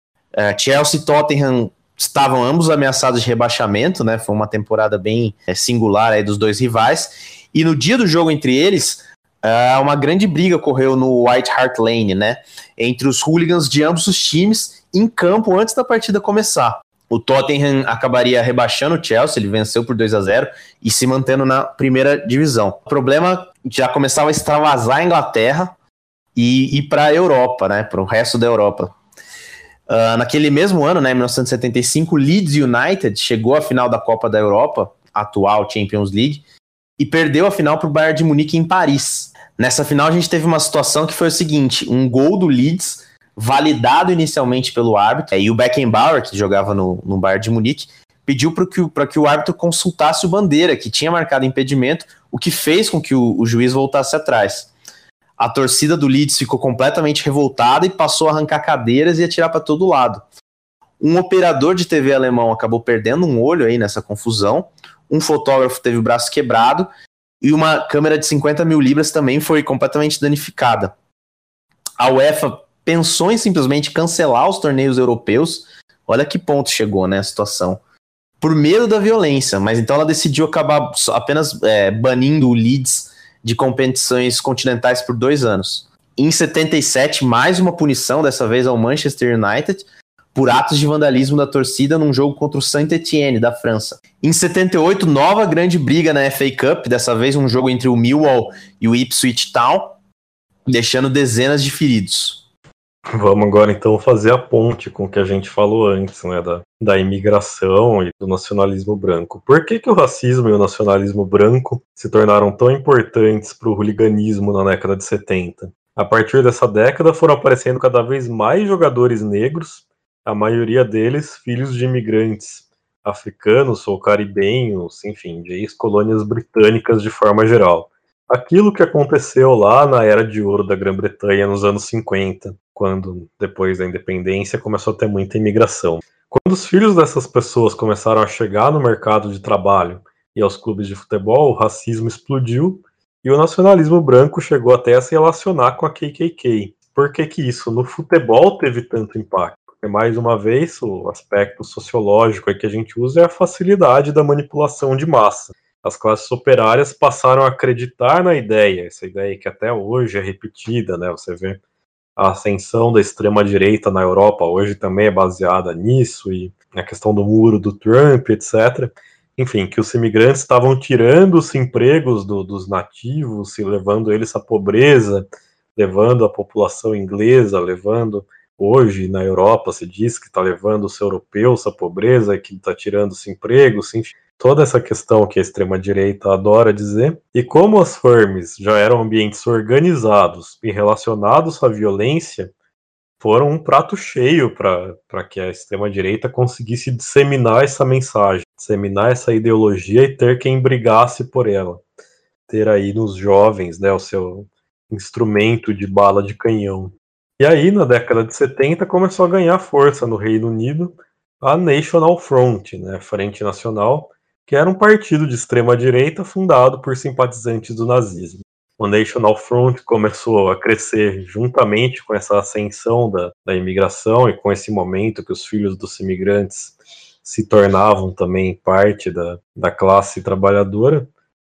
É, Chelsea e Tottenham estavam ambos ameaçados de rebaixamento, né? Foi uma temporada bem é, singular aí dos dois rivais. E no dia do jogo entre eles, uh, uma grande briga ocorreu no White Hart Lane, né? Entre os hooligans de ambos os times em campo antes da partida começar. O Tottenham acabaria rebaixando o Chelsea, ele venceu por dois a zero e se mantendo na primeira divisão. O problema já começava a extravasar a Inglaterra e ir para a Europa, né? Para o resto da Europa. Uh, naquele mesmo ano, né, em mil novecentos e setenta e cinco, o Leeds United chegou à final da Copa da Europa, atual Champions League, e perdeu a final para o Bayern de Munique em Paris. Nessa final a gente teve uma situação que foi o seguinte, um gol do Leeds, validado inicialmente pelo árbitro, e o Beckenbauer, que jogava no, no Bayern de Munique, pediu para que, que o árbitro consultasse o Bandeira, que tinha marcado impedimento, o que fez com que o, o juiz voltasse atrás. A torcida do Leeds ficou completamente revoltada e passou a arrancar cadeiras e atirar para todo lado. Um operador de T V alemão acabou perdendo um olho aí nessa confusão, um fotógrafo teve o braço quebrado e uma câmera de cinquenta mil libras também foi completamente danificada. A UEFA pensou em simplesmente cancelar os torneios europeus, olha que ponto chegou, né, a situação, por medo da violência, mas então ela decidiu acabar apenas é, banindo o Leeds de competições continentais por dois anos. Em setenta e sete, mais uma punição, dessa vez ao Manchester United, por atos de vandalismo da torcida num jogo contra o Saint-Étienne, da França. Em setenta e oito, nova grande briga na F A Cup, dessa vez um jogo entre o Millwall e o Ipswich Town, deixando dezenas de feridos. Vamos agora então fazer a ponte com o que a gente falou antes, né, da, da imigração e do nacionalismo branco. Por que que o racismo e o nacionalismo branco se tornaram tão importantes para o hooliganismo na década de setenta? A partir dessa década foram aparecendo cada vez mais jogadores negros, a maioria deles filhos de imigrantes africanos ou caribenhos, enfim, de ex-colônias britânicas de forma geral. Aquilo que aconteceu lá na Era de Ouro da Grã-Bretanha nos anos cinquenta, quando, depois da independência, começou a ter muita imigração. Quando os filhos dessas pessoas começaram a chegar no mercado de trabalho e aos clubes de futebol, o racismo explodiu e o nacionalismo branco chegou até a se relacionar com a K K K. Por que que isso no futebol teve tanto impacto? Porque, mais uma vez, o aspecto sociológico que a gente usa é a facilidade da manipulação de massa. As classes operárias passaram a acreditar na ideia, essa ideia que até hoje é repetida, né? Você vê a ascensão da extrema-direita na Europa hoje também é baseada nisso, e a questão do muro do Trump, etcétera. Enfim, que os imigrantes estavam tirando os empregos do, dos nativos e levando eles à pobreza, levando a população inglesa, levando... Hoje, na Europa, se diz que está levando os europeus à pobreza, que está tirando os empregos, enfim, toda essa questão que a extrema-direita adora dizer. E como as firmes já eram ambientes organizados e relacionados à violência, foram um prato cheio para que a extrema-direita conseguisse disseminar essa mensagem, disseminar essa ideologia e ter quem brigasse por ela. Ter aí nos jovens, né, o seu instrumento de bala de canhão. E aí, na década de setenta, começou a ganhar força no Reino Unido a National Front, né, Frente Nacional, que era um partido de extrema-direita fundado por simpatizantes do nazismo. O National Front começou a crescer juntamente com essa ascensão da, da imigração e com esse momento que os filhos dos imigrantes se tornavam também parte da, da classe trabalhadora.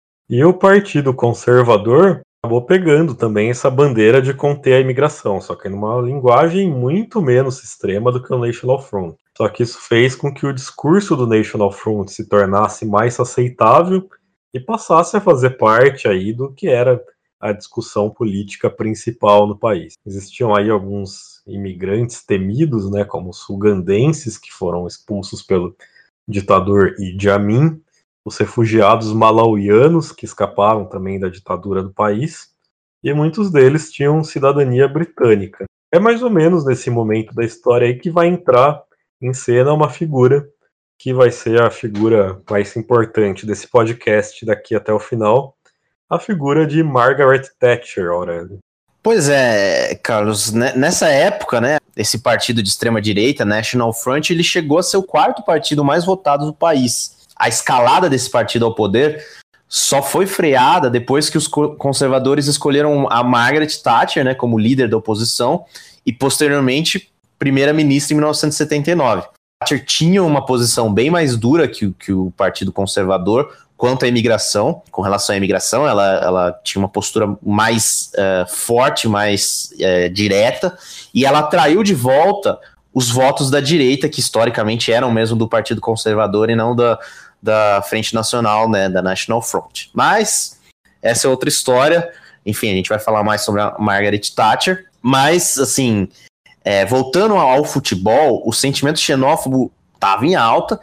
E o Partido Conservador acabou pegando também essa bandeira de conter a imigração, só que numa linguagem muito menos extrema do que o National Front. Só que isso fez com que o discurso do National Front se tornasse mais aceitável e passasse a fazer parte aí do que era a discussão política principal no país. Existiam aí alguns imigrantes temidos, né, como os ugandenses, que foram expulsos pelo ditador Idi Amin, os refugiados malauianos, que escaparam também da ditadura do país, e muitos deles tinham cidadania britânica. É mais ou menos nesse momento da história aí que vai entrar em cena uma figura que vai ser a figura mais importante desse podcast daqui até o final, a figura de Margaret Thatcher, Aurélio. Pois é, Carlos, nessa época, né, esse partido de extrema-direita, National Front, ele chegou a ser o quarto partido mais votado do país. A escalada desse partido ao poder só foi freada depois que os conservadores escolheram a Margaret Thatcher, né, como líder da oposição e, posteriormente, primeira-ministra em mil novecentos e setenta e nove. Thatcher tinha uma posição bem mais dura que, que o Partido Conservador quanto à imigração. Com relação à imigração, ela, ela tinha uma postura mais uh, forte, mais uh, direta, e ela atraiu de volta os votos da direita, que historicamente eram mesmo do Partido Conservador e não da, da Frente Nacional, né, da National Front. Mas essa é outra história. Enfim, a gente vai falar mais sobre a Margaret Thatcher. Mas, assim, é, voltando ao futebol, o sentimento xenófobo estava em alta,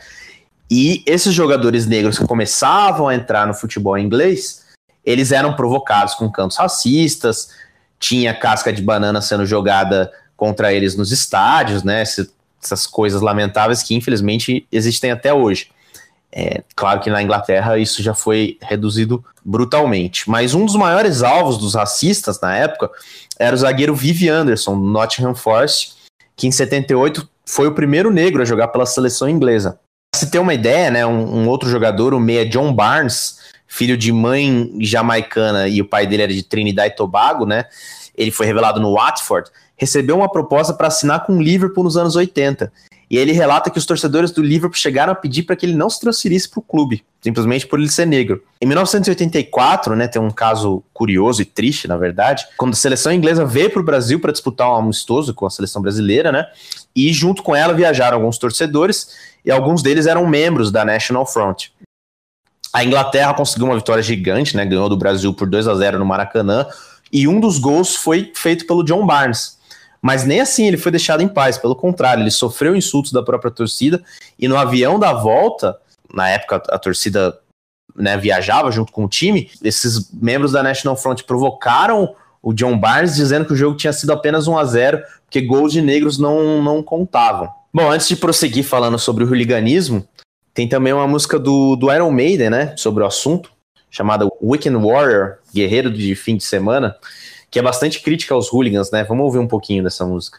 e esses jogadores negros que começavam a entrar no futebol inglês, eles eram provocados com cantos racistas, tinha casca de banana sendo jogada contra eles nos estádios, né? Essas coisas lamentáveis que infelizmente existem até hoje. É, claro que na Inglaterra isso já foi reduzido brutalmente, mas um dos maiores alvos dos racistas na época era o zagueiro Vivi Anderson, do Nottingham Forest, que em setenta e oito foi o primeiro negro a jogar pela seleção inglesa. Pra se ter uma ideia, né, um, um outro jogador, o meia John Barnes, filho de mãe jamaicana e o pai dele era de Trinidad e Tobago, né, ele foi revelado no Watford, recebeu uma proposta para assinar com o Liverpool nos anos oitenta. E ele relata que os torcedores do Liverpool chegaram a pedir para que ele não se transferisse para o clube, simplesmente por ele ser negro. Em mil novecentos e oitenta e quatro, né, tem um caso curioso e triste, na verdade, quando a seleção inglesa veio para o Brasil para disputar um amistoso com a seleção brasileira, né, e junto com ela viajaram alguns torcedores, e alguns deles eram membros da National Front. A Inglaterra conseguiu uma vitória gigante, né, ganhou do Brasil por dois a zero no Maracanã, e um dos gols foi feito pelo John Barnes. Mas nem assim ele foi deixado em paz, pelo contrário, ele sofreu insultos da própria torcida, e no avião da volta, na época a torcida, né, viajava junto com o time, esses membros da National Front provocaram o John Barnes, dizendo que o jogo tinha sido apenas um a zero, porque gols de negros não, não contavam. Bom, antes de prosseguir falando sobre o hooliganismo, tem também uma música do, do Iron Maiden, né, sobre o assunto, chamada Weekend Warrior, Guerreiro de Fim de Semana, que é bastante crítica aos hooligans, né? Vamos ouvir um pouquinho dessa música.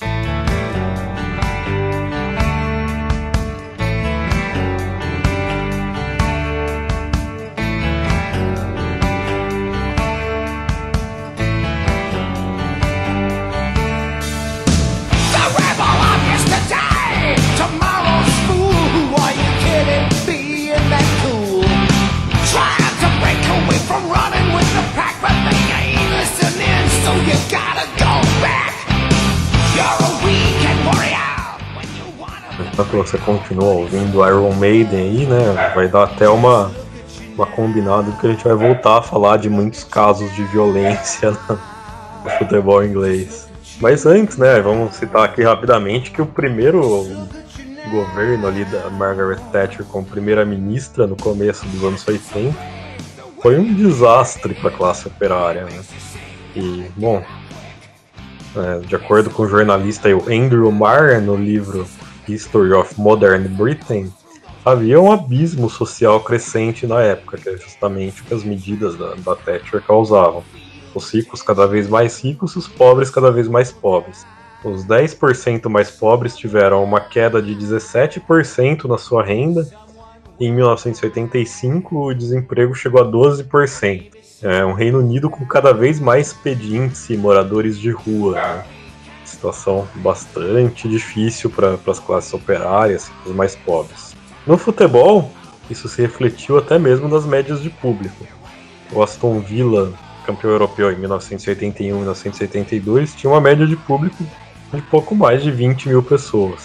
Enquanto você continua ouvindo Iron Maiden aí, né, vai dar até uma, uma combinada que a gente vai voltar a falar de muitos casos de violência no futebol inglês. Mas antes, né, vamos citar aqui rapidamente que o primeiro governo ali da Margaret Thatcher como primeira-ministra no começo dos anos oitenta foi um desastre para a classe operária, né? E, bom, É, de acordo com o jornalista o Andrew Marr, no livro History of Modern Britain, havia um abismo social crescente na época, que é justamente o que as medidas da, da Thatcher causavam. Os ricos cada vez mais ricos e os pobres cada vez mais pobres. Os dez por cento mais pobres tiveram uma queda de dezessete por cento na sua renda, e em mil novecentos e oitenta e cinco o desemprego chegou a doze por cento. É um Reino Unido com cada vez mais pedintes e moradores de rua, né? Situação bastante difícil para as classes operárias e os mais pobres. No futebol, isso se refletiu até mesmo nas médias de público. O Aston Villa, campeão europeu em mil novecentos e oitenta e um e mil novecentos e oitenta e dois, tinha uma média de público de pouco mais de vinte mil pessoas.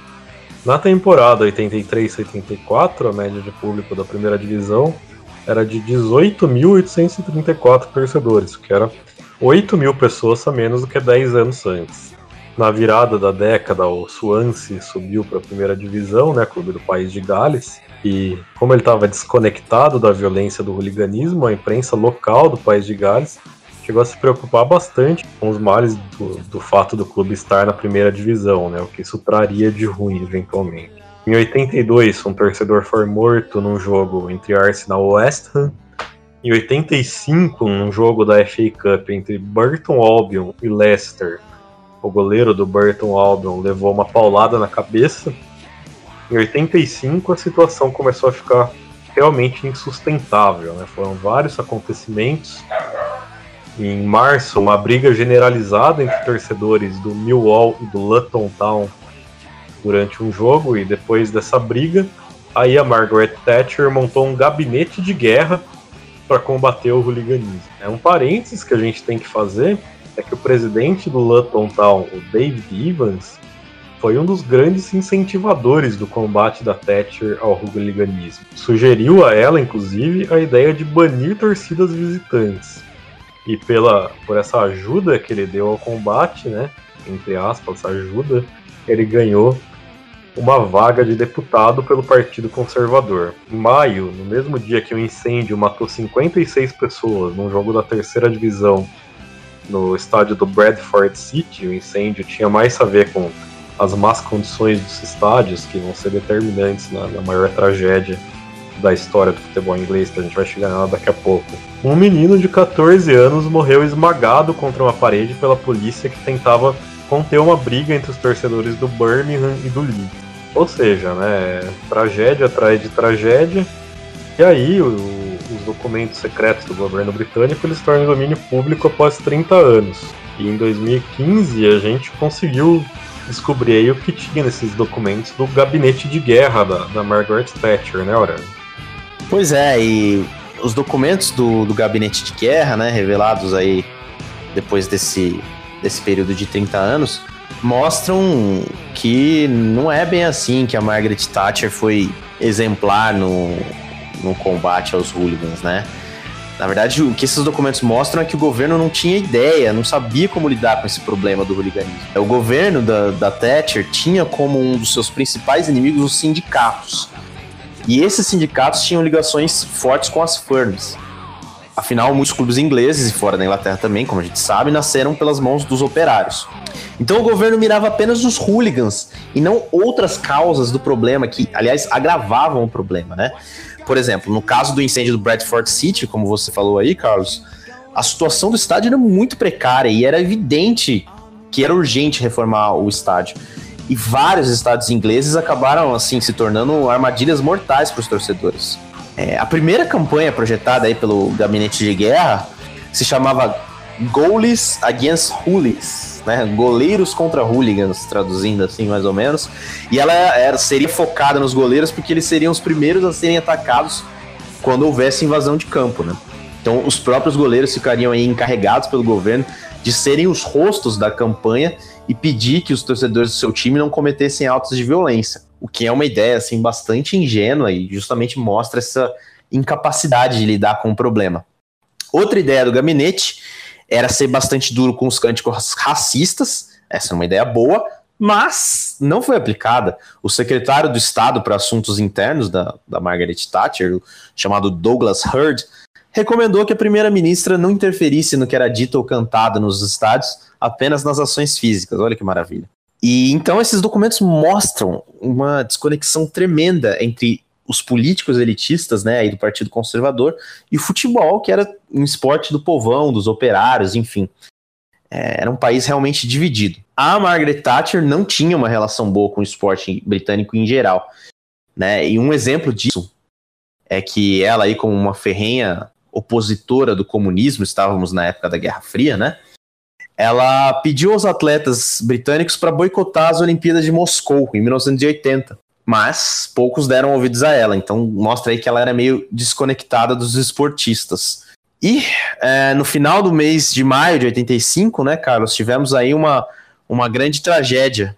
Na temporada oitenta e três oitenta e quatro, a média de público da primeira divisão era de dezoito mil oitocentos e trinta e quatro torcedores, o que era oito mil pessoas a menos do que dez anos antes. Na virada da década, o Swansea subiu para a primeira divisão, né, clube do país de Gales, e como ele estava desconectado da violência do hooliganismo, a imprensa local do país de Gales chegou a se preocupar bastante com os males do, do fato do clube estar na primeira divisão, né, o que isso traria de ruim eventualmente. Em oitenta e dois, um torcedor foi morto num jogo entre Arsenal e West Ham. Em oitenta e cinco, num jogo da F A Cup entre Burton Albion e Leicester, o goleiro do Burton Albion levou uma paulada na cabeça. Em oitenta e cinco, a situação começou a ficar realmente insustentável, né? Foram vários acontecimentos. Em março, uma briga generalizada entre torcedores do Millwall e do Luton Town durante um jogo, e depois dessa briga, aí a Margaret Thatcher montou um gabinete de guerra para combater o hooliganismo. É um parênteses que a gente tem que fazer, é que o presidente do Luton Town, o David Evans, foi um dos grandes incentivadores do combate da Thatcher ao hooliganismo. Sugeriu a ela, inclusive, a ideia de banir torcidas visitantes. E pela, por essa ajuda que ele deu ao combate, né, entre aspas, essa ajuda, ele ganhou uma vaga de deputado pelo Partido Conservador. Em maio, no mesmo dia que o incêndio matou cinquenta e seis pessoas num jogo da terceira divisão no estádio do Bradford City, o incêndio tinha mais a ver com as más condições dos estádios, que vão ser determinantes na, na maior tragédia da história do futebol inglês, que a gente vai chegar nela daqui a pouco. Um menino de catorze anos morreu esmagado contra uma parede pela polícia que tentava conter uma briga entre os torcedores do Birmingham e do Leeds. Ou seja, né, tragédia atrás de tragédia, e aí o, os documentos secretos do governo britânico eles tornam domínio público após trinta anos. E em dois mil e quinze a gente conseguiu descobrir aí o que tinha nesses documentos do gabinete de guerra da, da Margaret Thatcher, né, Aurélio? Pois é, e os documentos do, do gabinete de guerra, né, revelados aí depois desse, desse período de trinta anos, mostram que não é bem assim, que a Margaret Thatcher foi exemplar no, no combate aos hooligans, né? Na verdade, o que esses documentos mostram é que o governo não tinha ideia, não sabia como lidar com esse problema do hooliganismo. O governo da, da Thatcher tinha como um dos seus principais inimigos os sindicatos. E esses sindicatos tinham ligações fortes com as firms. Afinal, muitos clubes ingleses, e fora da Inglaterra também, como a gente sabe, nasceram pelas mãos dos operários. Então o governo mirava apenas os hooligans e não outras causas do problema que, aliás, agravavam o problema, né? Por exemplo, no caso do incêndio do Bradford City, como você falou aí, Carlos, a situação do estádio era muito precária e era evidente que era urgente reformar o estádio. E vários estádios ingleses acabaram, assim, se tornando armadilhas mortais para os torcedores. É, a primeira campanha projetada aí pelo Gabinete de Guerra se chamava Goalies Against Hoolies, né? Goleiros contra hooligans, traduzindo assim mais ou menos. E ela era, seria focada nos goleiros porque eles seriam os primeiros a serem atacados quando houvesse invasão de campo, né? Então os próprios goleiros ficariam aí encarregados pelo governo de serem os rostos da campanha e pedir que os torcedores do seu time não cometessem atos de violência. O que é uma ideia assim, bastante ingênua e justamente mostra essa incapacidade de lidar com o problema. Outra ideia do gabinete era ser bastante duro com os cânticos racistas. Essa é uma ideia boa, mas não foi aplicada. O secretário do Estado para Assuntos Internos da, da Margaret Thatcher, chamado Douglas Hurd, recomendou que a primeira-ministra não interferisse no que era dito ou cantado nos estádios, apenas nas ações físicas. Olha que maravilha. E então esses documentos mostram uma desconexão tremenda entre os políticos elitistas, né, aí do Partido Conservador, e o futebol, que era um esporte do povão, dos operários, enfim. É, era um país realmente dividido. A Margaret Thatcher não tinha uma relação boa com o esporte britânico em geral, né, e um exemplo disso é que ela aí, como uma ferrenha opositora do comunismo, estávamos na época da Guerra Fria, né, ela pediu aos atletas britânicos para boicotar as Olimpíadas de Moscou, em mil novecentos e oitenta. Mas poucos deram ouvidos a ela, então mostra aí que ela era meio desconectada dos esportistas. E é, no final do mês de maio de oitenta e cinco, né, Carlos, tivemos aí uma, uma grande tragédia.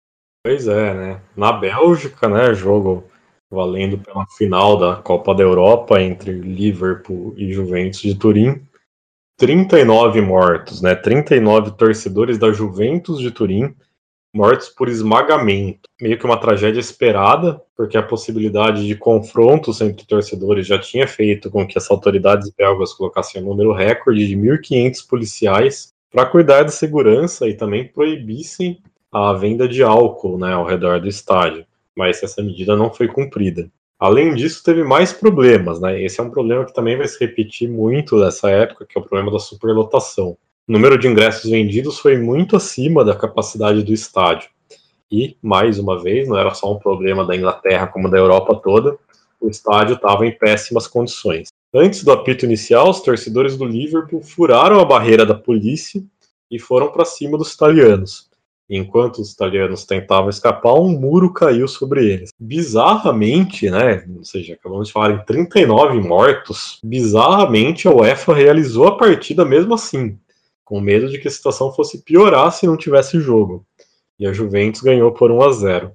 Pois é, né? Na Bélgica, né, jogo valendo pela final da Copa da Europa entre Liverpool e Juventus de Turim. trinta e nove mortos, né? trinta e nove torcedores da Juventus de Turim mortos por esmagamento. Meio que uma tragédia esperada, porque a possibilidade de confrontos entre torcedores já tinha feito com que as autoridades belgas colocassem um número recorde de mil e quinhentos policiais para cuidar da segurança e também proibissem a venda de álcool, né, ao redor do estádio. Mas essa medida não foi cumprida. Além disso, teve mais problemas, né? Esse é um problema que também vai se repetir muito nessa época, que é o problema da superlotação. O número de ingressos vendidos foi muito acima da capacidade do estádio. E, mais uma vez, não era só um problema da Inglaterra como da Europa toda, o estádio estava em péssimas condições. Antes do apito inicial, os torcedores do Liverpool furaram a barreira da polícia e foram para cima dos italianos. Enquanto os italianos tentavam escapar, um muro caiu sobre eles. Bizarramente, né, ou seja, acabamos de falar em trinta e nove mortos, bizarramente a UEFA realizou a partida mesmo assim, com medo de que a situação fosse piorar se não tivesse jogo. E a Juventus ganhou por um a zero.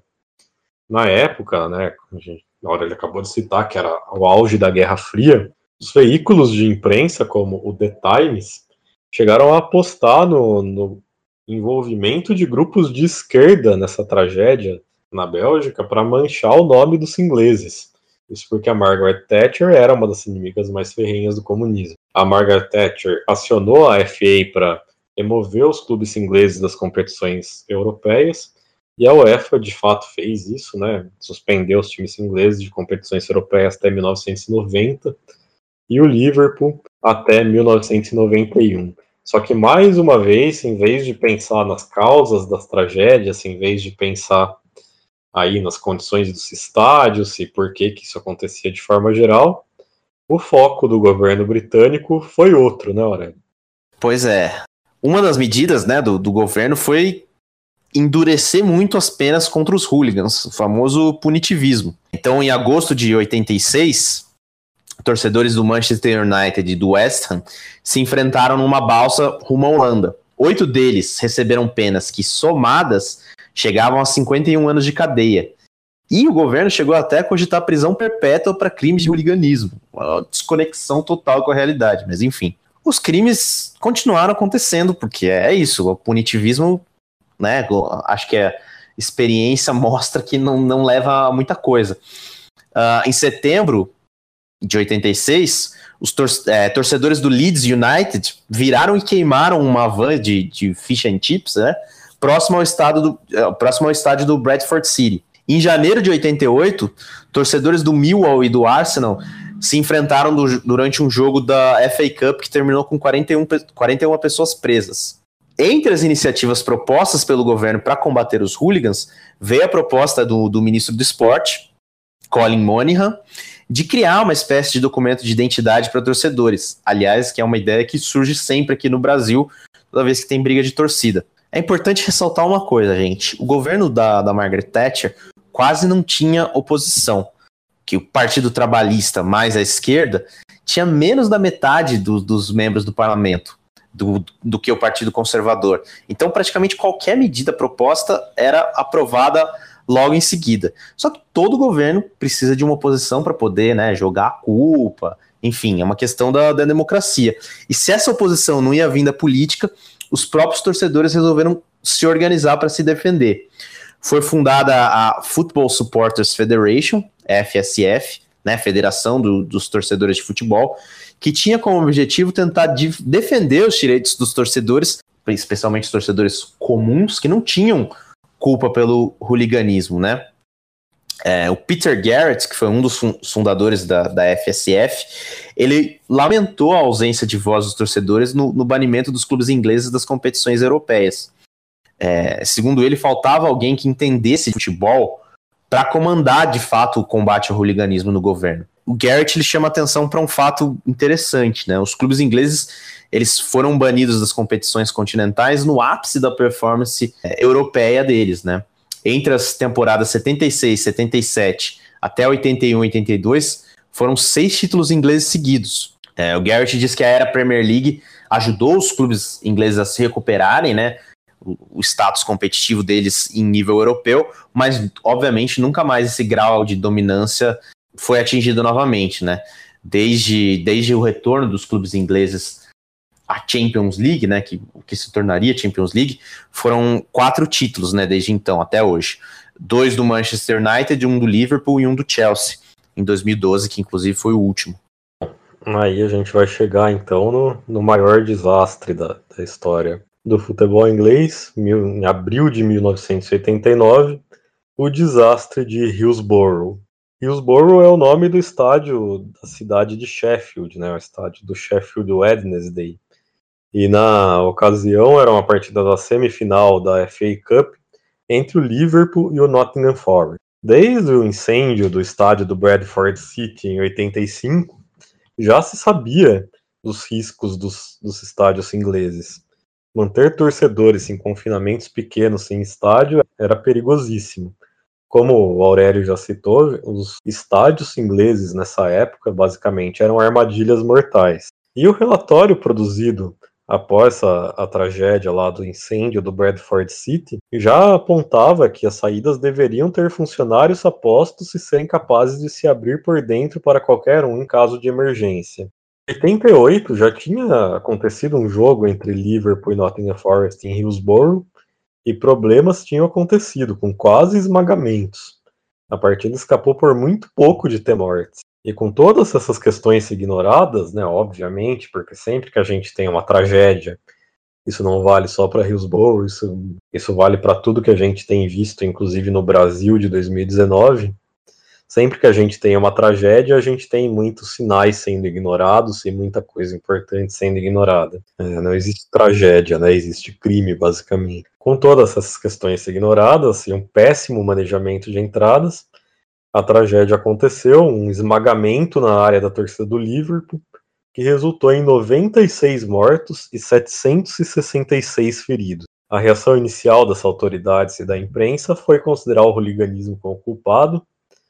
Na época, né, na hora ele acabou de citar que era o auge da Guerra Fria, os veículos de imprensa, como o The Times, chegaram a apostar no, no envolvimento de grupos de esquerda nessa tragédia na Bélgica para manchar o nome dos ingleses. Isso porque a Margaret Thatcher era uma das inimigas mais ferrenhas do comunismo. A Margaret Thatcher acionou a F A para remover os clubes ingleses das competições europeias, e a UEFA de fato fez isso, né? Suspendeu os times ingleses de competições europeias até mil novecentos e noventa e o Liverpool até mil novecentos e noventa e um. Só que, mais uma vez, em vez de pensar nas causas das tragédias, em vez de pensar aí nas condições dos estádios e por que, que isso acontecia de forma geral, o foco do governo britânico foi outro, né, Aurélio? Pois é. Uma das medidas, né, do, do governo foi endurecer muito as penas contra os hooligans, o famoso punitivismo. Então, em agosto de oitenta e seis... torcedores do Manchester United e do West Ham se enfrentaram numa balsa rumo à Holanda. Oito deles receberam penas que, somadas, chegavam a cinquenta e um anos de cadeia. E o governo chegou até a cogitar prisão perpétua para crimes de hooliganismo. Uma desconexão total com a realidade, mas enfim. Os crimes continuaram acontecendo, porque é isso, o punitivismo, né, acho que a experiência mostra que não, não leva a muita coisa. Uh, em setembro de oitenta e seis, os tor- é, torcedores do Leeds United viraram e queimaram uma van de, de fish and chips, né, próximo ao, estado do, é, próximo ao estádio do Bradford City. Em janeiro de oitenta e oito, torcedores do Millwall e do Arsenal se enfrentaram do, durante um jogo da F A Cup que terminou com quarenta e um, quarenta e uma pessoas presas. Entre as iniciativas propostas pelo governo para combater os hooligans, veio a proposta do, do ministro do Esporte, Colin Monaghan, de criar uma espécie de documento de identidade para torcedores. Aliás, que é uma ideia que surge sempre aqui no Brasil, toda vez que tem briga de torcida. É importante ressaltar uma coisa, gente. O governo da, da Margaret Thatcher quase não tinha oposição. Que o Partido Trabalhista, mais à esquerda, tinha menos da metade do, dos membros do parlamento do, do que o Partido Conservador. Então, praticamente qualquer medida proposta era aprovada logo em seguida. Só que todo governo precisa de uma oposição para poder, né, jogar a culpa. Enfim, é uma questão da, da democracia. E se essa oposição não ia vir da política, os próprios torcedores resolveram se organizar para se defender. Foi fundada a Football Supporters Federation, F S F, né, Federação do, dos Torcedores de Futebol, que tinha como objetivo tentar de, defender os direitos dos torcedores, especialmente os torcedores comuns, que não tinham culpa pelo hooliganismo, né? É, o Peter Garrett, que foi um dos fundadores da, da F S F, ele lamentou a ausência de voz dos torcedores no, no banimento dos clubes ingleses das competições europeias. É, segundo ele, faltava alguém que entendesse futebol para comandar, de fato, o combate ao hooliganismo no governo. O Garrett ele chama atenção para um fato interessante, né? Os clubes ingleses eles foram banidos das competições continentais no ápice da performance é, europeia deles, né? Entre as temporadas setenta e seis, setenta e sete até oitenta e um, oitenta e dois, foram seis títulos ingleses seguidos. É, o Garrett diz que a era Premier League ajudou os clubes ingleses a se recuperarem, né? O, o status competitivo deles em nível europeu, mas, obviamente, nunca mais esse grau de dominância foi atingido novamente, né? Desde, desde o retorno dos clubes ingleses à Champions League, né, que, que se tornaria Champions League, foram quatro títulos, né, desde então até hoje. Dois do Manchester United, um do Liverpool e um do Chelsea, em dois mil e doze, que inclusive foi o último. Aí a gente vai chegar então no, no maior desastre da, da história do futebol inglês, mil, em abril de mil novecentos e oitenta e nove, o desastre de Hillsborough. Hillsborough é o nome do estádio da cidade de Sheffield, né, o estádio do Sheffield Wednesday. E na ocasião era uma partida da semifinal da F A Cup entre o Liverpool e o Nottingham Forest. Desde o incêndio do estádio do Bradford City em oitenta e cinco, já se sabia dos riscos dos, dos estádios ingleses. Manter torcedores em confinamentos pequenos sem estádio era perigosíssimo. Como o Aurélio já citou, os estádios ingleses nessa época basicamente eram armadilhas mortais. E o relatório produzido após a, a tragédia lá do incêndio do Bradford City, já apontava que as saídas deveriam ter funcionários apostos e serem capazes de se abrir por dentro para qualquer um em caso de emergência. Em oitenta e oito já tinha acontecido um jogo entre Liverpool e Nottingham Forest em Hillsborough, e problemas tinham acontecido, com quase esmagamentos. A partida escapou por muito pouco de ter mortes. E com todas essas questões ignoradas, né, obviamente, porque sempre que a gente tem uma tragédia, isso não vale só para Hillsborough, isso, isso vale para tudo que a gente tem visto, inclusive no Brasil de dois mil e dezenove, sempre que a gente tem uma tragédia, a gente tem muitos sinais sendo ignorados e muita coisa importante sendo ignorada. É, não existe tragédia, né, existe crime, basicamente. Com todas essas questões ignoradas e um péssimo manejamento de entradas, a tragédia aconteceu, um esmagamento na área da torcida do Liverpool, que resultou em noventa e seis mortos e setecentos e sessenta e seis feridos. A reação inicial das autoridades e da imprensa foi considerar o hooliganismo como culpado.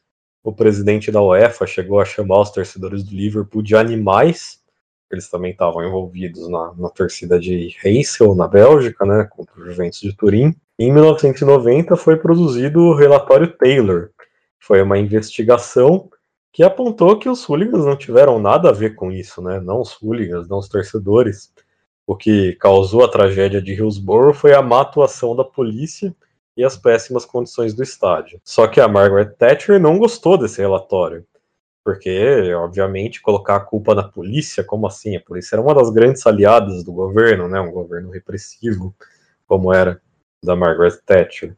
O presidente da UEFA chegou a chamar os torcedores do Liverpool de animais. Eles também estavam envolvidos na, na torcida de Heysel, na Bélgica, né, contra o Juventus de Turim. Em mil novecentos e noventa foi produzido o relatório Taylor. Foi uma investigação que apontou que os hooligans não tiveram nada a ver com isso, né? Não os hooligans, não os torcedores. O que causou a tragédia de Hillsborough foi a má atuação da polícia e as péssimas condições do estádio. Só que a Margaret Thatcher não gostou desse relatório, porque, obviamente, colocar a culpa na polícia, como assim? A polícia era uma das grandes aliadas do governo, né? Um governo repressivo, como era da Margaret Thatcher.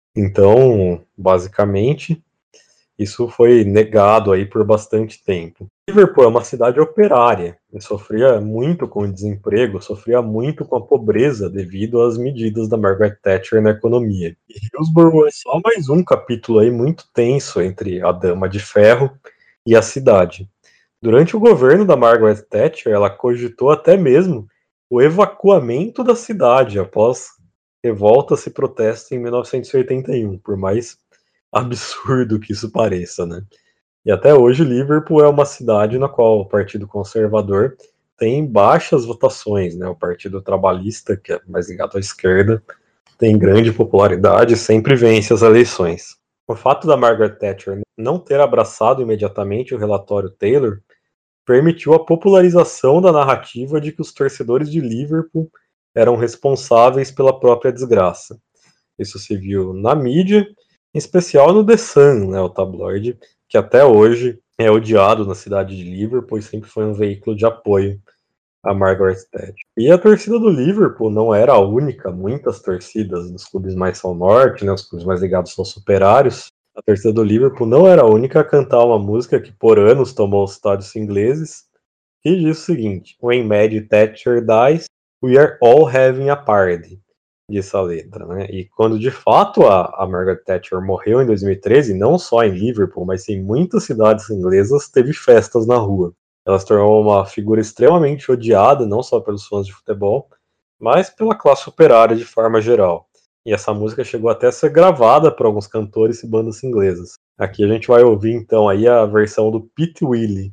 Então, basicamente, isso foi negado aí por bastante tempo. Liverpool é uma cidade operária, e sofria muito com o desemprego, sofria muito com a pobreza devido às medidas da Margaret Thatcher na economia. E Hillsborough é só mais um capítulo aí muito tenso entre a Dama de Ferro e a cidade. Durante o governo da Margaret Thatcher, ela cogitou até mesmo o evacuamento da cidade após revoltas e protestos em mil novecentos e oitenta e um, por mais absurdo que isso pareça, né? E até hoje Liverpool é uma cidade na qual o Partido Conservador tem baixas votações, né? O Partido Trabalhista, que é mais ligado à esquerda, tem grande popularidade e sempre vence as eleições. O fato da Margaret Thatcher não ter abraçado imediatamente o relatório Taylor permitiu a popularização da narrativa de que os torcedores de Liverpool eram responsáveis pela própria desgraça. Isso se viu na mídia, em especial no The Sun, né, o tabloide, que até hoje é odiado na cidade de Liverpool e sempre foi um veículo de apoio a Margaret Thatcher. E a torcida do Liverpool não era a única, muitas torcidas dos clubes mais ao norte, né, os clubes mais ligados aos operários. A torcida do Liverpool não era a única a cantar uma música que por anos tomou os estádios ingleses, que diz o seguinte: When Mad Thatcher dies, we are all having a party. Disse a letra, né? E quando de fato a, a Margaret Thatcher morreu em dois mil e treze, não só em Liverpool, mas em muitas cidades inglesas, teve festas na rua. Ela se tornou uma figura extremamente odiada, não só pelos fãs de futebol, mas pela classe operária de forma geral. E essa música chegou até a ser gravada por alguns cantores e bandas inglesas. Aqui a gente vai ouvir então aí a versão do Pete Willie.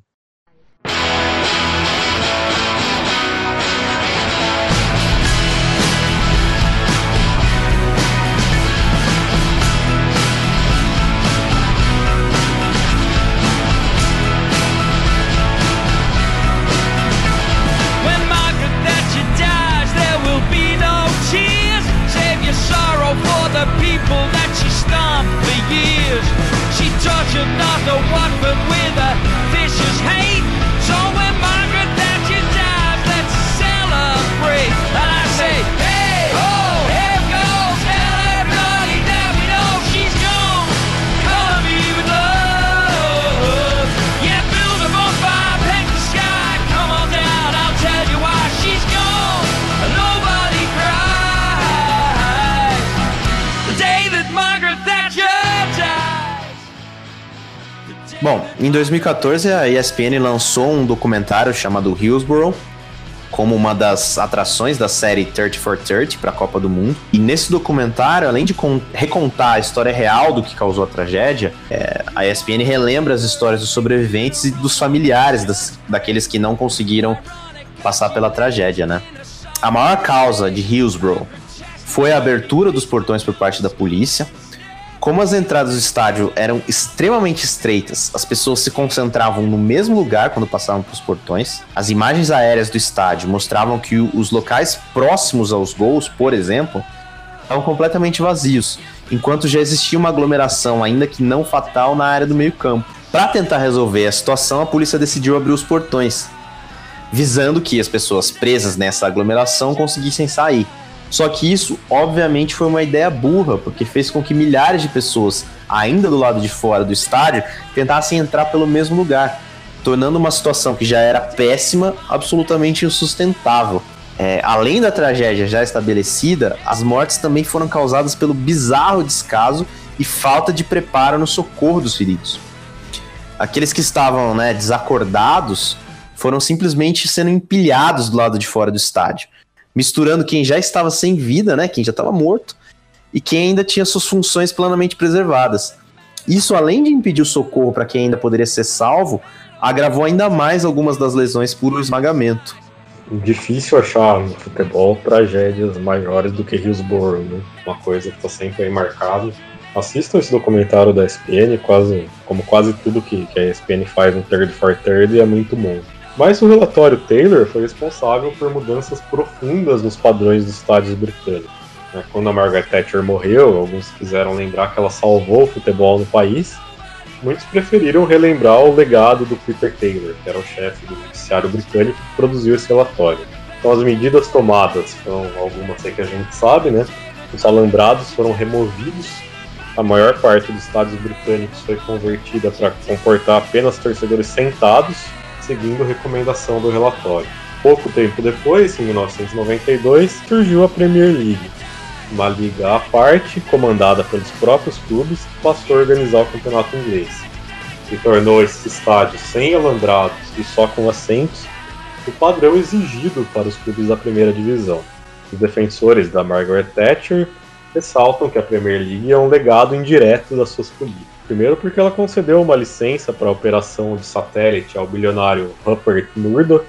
Bom, em dois mil e quatorze a E S P N lançou um documentário chamado Hillsborough como uma das atrações da série trinta por trinta para a Copa do Mundo. E nesse documentário, além de recontar a história real do que causou a tragédia, é, a E S P N relembra as histórias dos sobreviventes e dos familiares das, daqueles que não conseguiram passar pela tragédia, né? A maior causa de Hillsborough foi a abertura dos portões por parte da polícia. Como as entradas do estádio eram extremamente estreitas, as pessoas se concentravam no mesmo lugar quando passavam pelos portões. As imagens aéreas do estádio mostravam que os locais próximos aos gols, por exemplo, estavam completamente vazios, enquanto já existia uma aglomeração, ainda que não fatal, na área do meio-campo. Para tentar resolver a situação, a polícia decidiu abrir os portões, visando que as pessoas presas nessa aglomeração conseguissem sair. Só que isso, obviamente, foi uma ideia burra, porque fez com que milhares de pessoas, ainda do lado de fora do estádio, tentassem entrar pelo mesmo lugar, tornando uma situação que já era péssima, absolutamente insustentável. É, além da tragédia já estabelecida, as mortes também foram causadas pelo bizarro descaso e falta de preparo no socorro dos feridos. Aqueles que estavam, né, desacordados foram simplesmente sendo empilhados do lado de fora do estádio, misturando quem já estava sem vida, né, quem já estava morto, e quem ainda tinha suas funções plenamente preservadas. Isso, além de impedir o socorro para quem ainda poderia ser salvo, agravou ainda mais algumas das lesões por esmagamento. Difícil achar no futebol tragédias maiores do que Hillsborough, né? Uma coisa que está sempre aí marcada. Assistam esse documentário da E S P N, quase, como quase tudo que, que a E S P N faz no trinta por trinta, é muito bom. Mas o relatório Taylor foi responsável por mudanças profundas nos padrões dos estádios britânicos. Quando a Margaret Thatcher morreu, alguns quiseram lembrar que ela salvou o futebol no país. Muitos preferiram relembrar o legado do Peter Taylor, que era o chefe do judiciário britânico que produziu esse relatório. Então as medidas tomadas foram algumas aí que a gente sabe, né? Os alambrados foram removidos, a maior parte dos estádios britânicos foi convertida para comportar apenas torcedores sentados, seguindo a recomendação do relatório. Pouco tempo depois, em mil novecentos e noventa e dois, surgiu a Premier League, uma liga à parte, comandada pelos próprios clubes, que passou a organizar o campeonato inglês. E tornou esses estádios sem alambrados e só com assentos o padrão exigido para os clubes da primeira divisão. Os defensores da Margaret Thatcher ressaltam que a Premier League é um legado indireto das suas políticas. Primeiro porque ela concedeu uma licença para a operação de satélite ao bilionário Rupert Murdoch,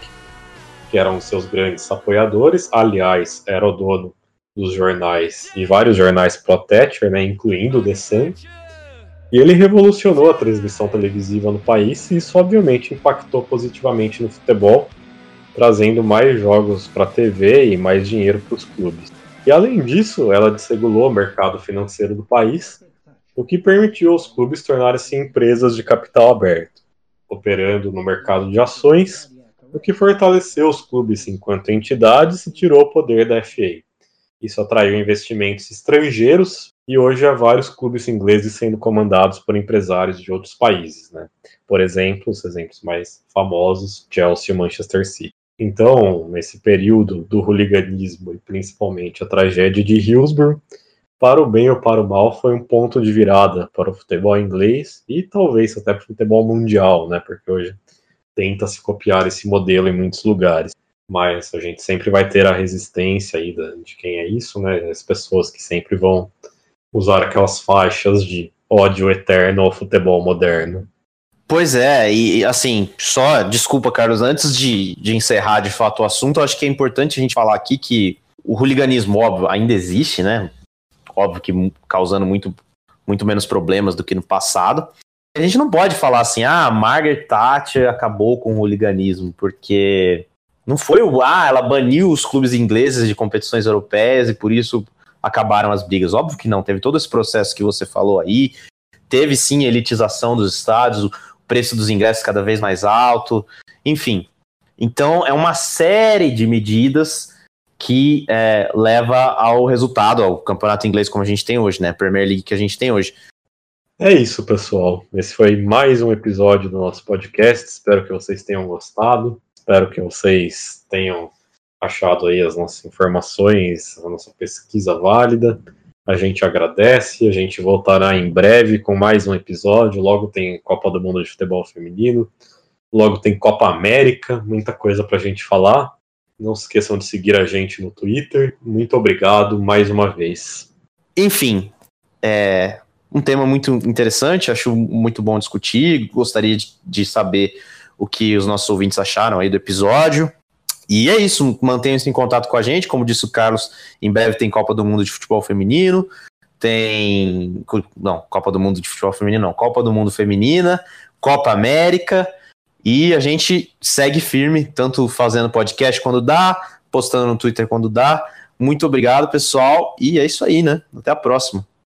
que eram seus grandes apoiadores, aliás, era o dono dos jornais e vários jornais pró-Thatcher, né, incluindo o The Sun, e ele revolucionou a transmissão televisiva no país e isso obviamente impactou positivamente no futebol, trazendo mais jogos para a T V e mais dinheiro para os clubes. E além disso, ela desregulou o mercado financeiro do país, o que permitiu aos clubes tornarem-se empresas de capital aberto. operando no mercado de ações, o que fortaleceu os clubes enquanto entidades e tirou o poder da F A. Isso atraiu investimentos estrangeiros e hoje há vários clubes ingleses sendo comandados por empresários de outros países, né? Por exemplo, os exemplos mais famosos, Chelsea e Manchester City. Então, nesse período do hooliganismo e principalmente a tragédia de Hillsborough, para o bem ou para o mal, foi um ponto de virada para o futebol inglês e talvez até para o futebol mundial, né? Porque hoje tenta se copiar esse modelo em muitos lugares. Mas a gente sempre vai ter a resistência aí de quem é isso, né? As pessoas que sempre vão usar aquelas faixas de ódio eterno ao futebol moderno. Pois é, e assim, só, desculpa, Carlos, antes de, de encerrar de fato o assunto, eu acho que é importante a gente falar aqui que o hooliganismo, óbvio, ainda existe, né? Óbvio que causando muito, muito menos problemas do que no passado. A gente não pode falar assim, ah, Margaret Thatcher acabou com o hooliganismo, porque não foi o, ah, ela baniu os clubes ingleses de competições europeias e por isso acabaram as brigas. Óbvio que não, teve todo esse processo que você falou aí, teve sim elitização dos estádios, o preço dos ingressos cada vez mais alto, enfim. Então é uma série de medidas que é, leva ao resultado, ao campeonato inglês como a gente tem hoje, né, Premier League que a gente tem hoje. É isso, pessoal. Esse foi mais um episódio do nosso podcast. Espero que vocês tenham gostado. Espero que vocês tenham achado aí as nossas informações, a nossa pesquisa válida. A gente agradece. A gente voltará em breve com mais um episódio. Logo tem Copa do Mundo de Futebol Feminino. Logo tem Copa América. Muita coisa pra gente falar. Não se esqueçam de seguir a gente no Twitter. Muito obrigado mais uma vez. Enfim, é... um tema muito interessante, acho muito bom discutir, gostaria de, de saber o que os nossos ouvintes acharam aí do episódio, e é isso, mantenham-se em contato com a gente, como disse o Carlos, em breve tem Copa do Mundo de Futebol Feminino, tem, não, Copa do Mundo de Futebol Feminino não, Copa do Mundo Feminina, Copa América, e a gente segue firme, tanto fazendo podcast quando dá, postando no Twitter quando dá. Muito obrigado, pessoal, e é isso aí, né, até a próxima.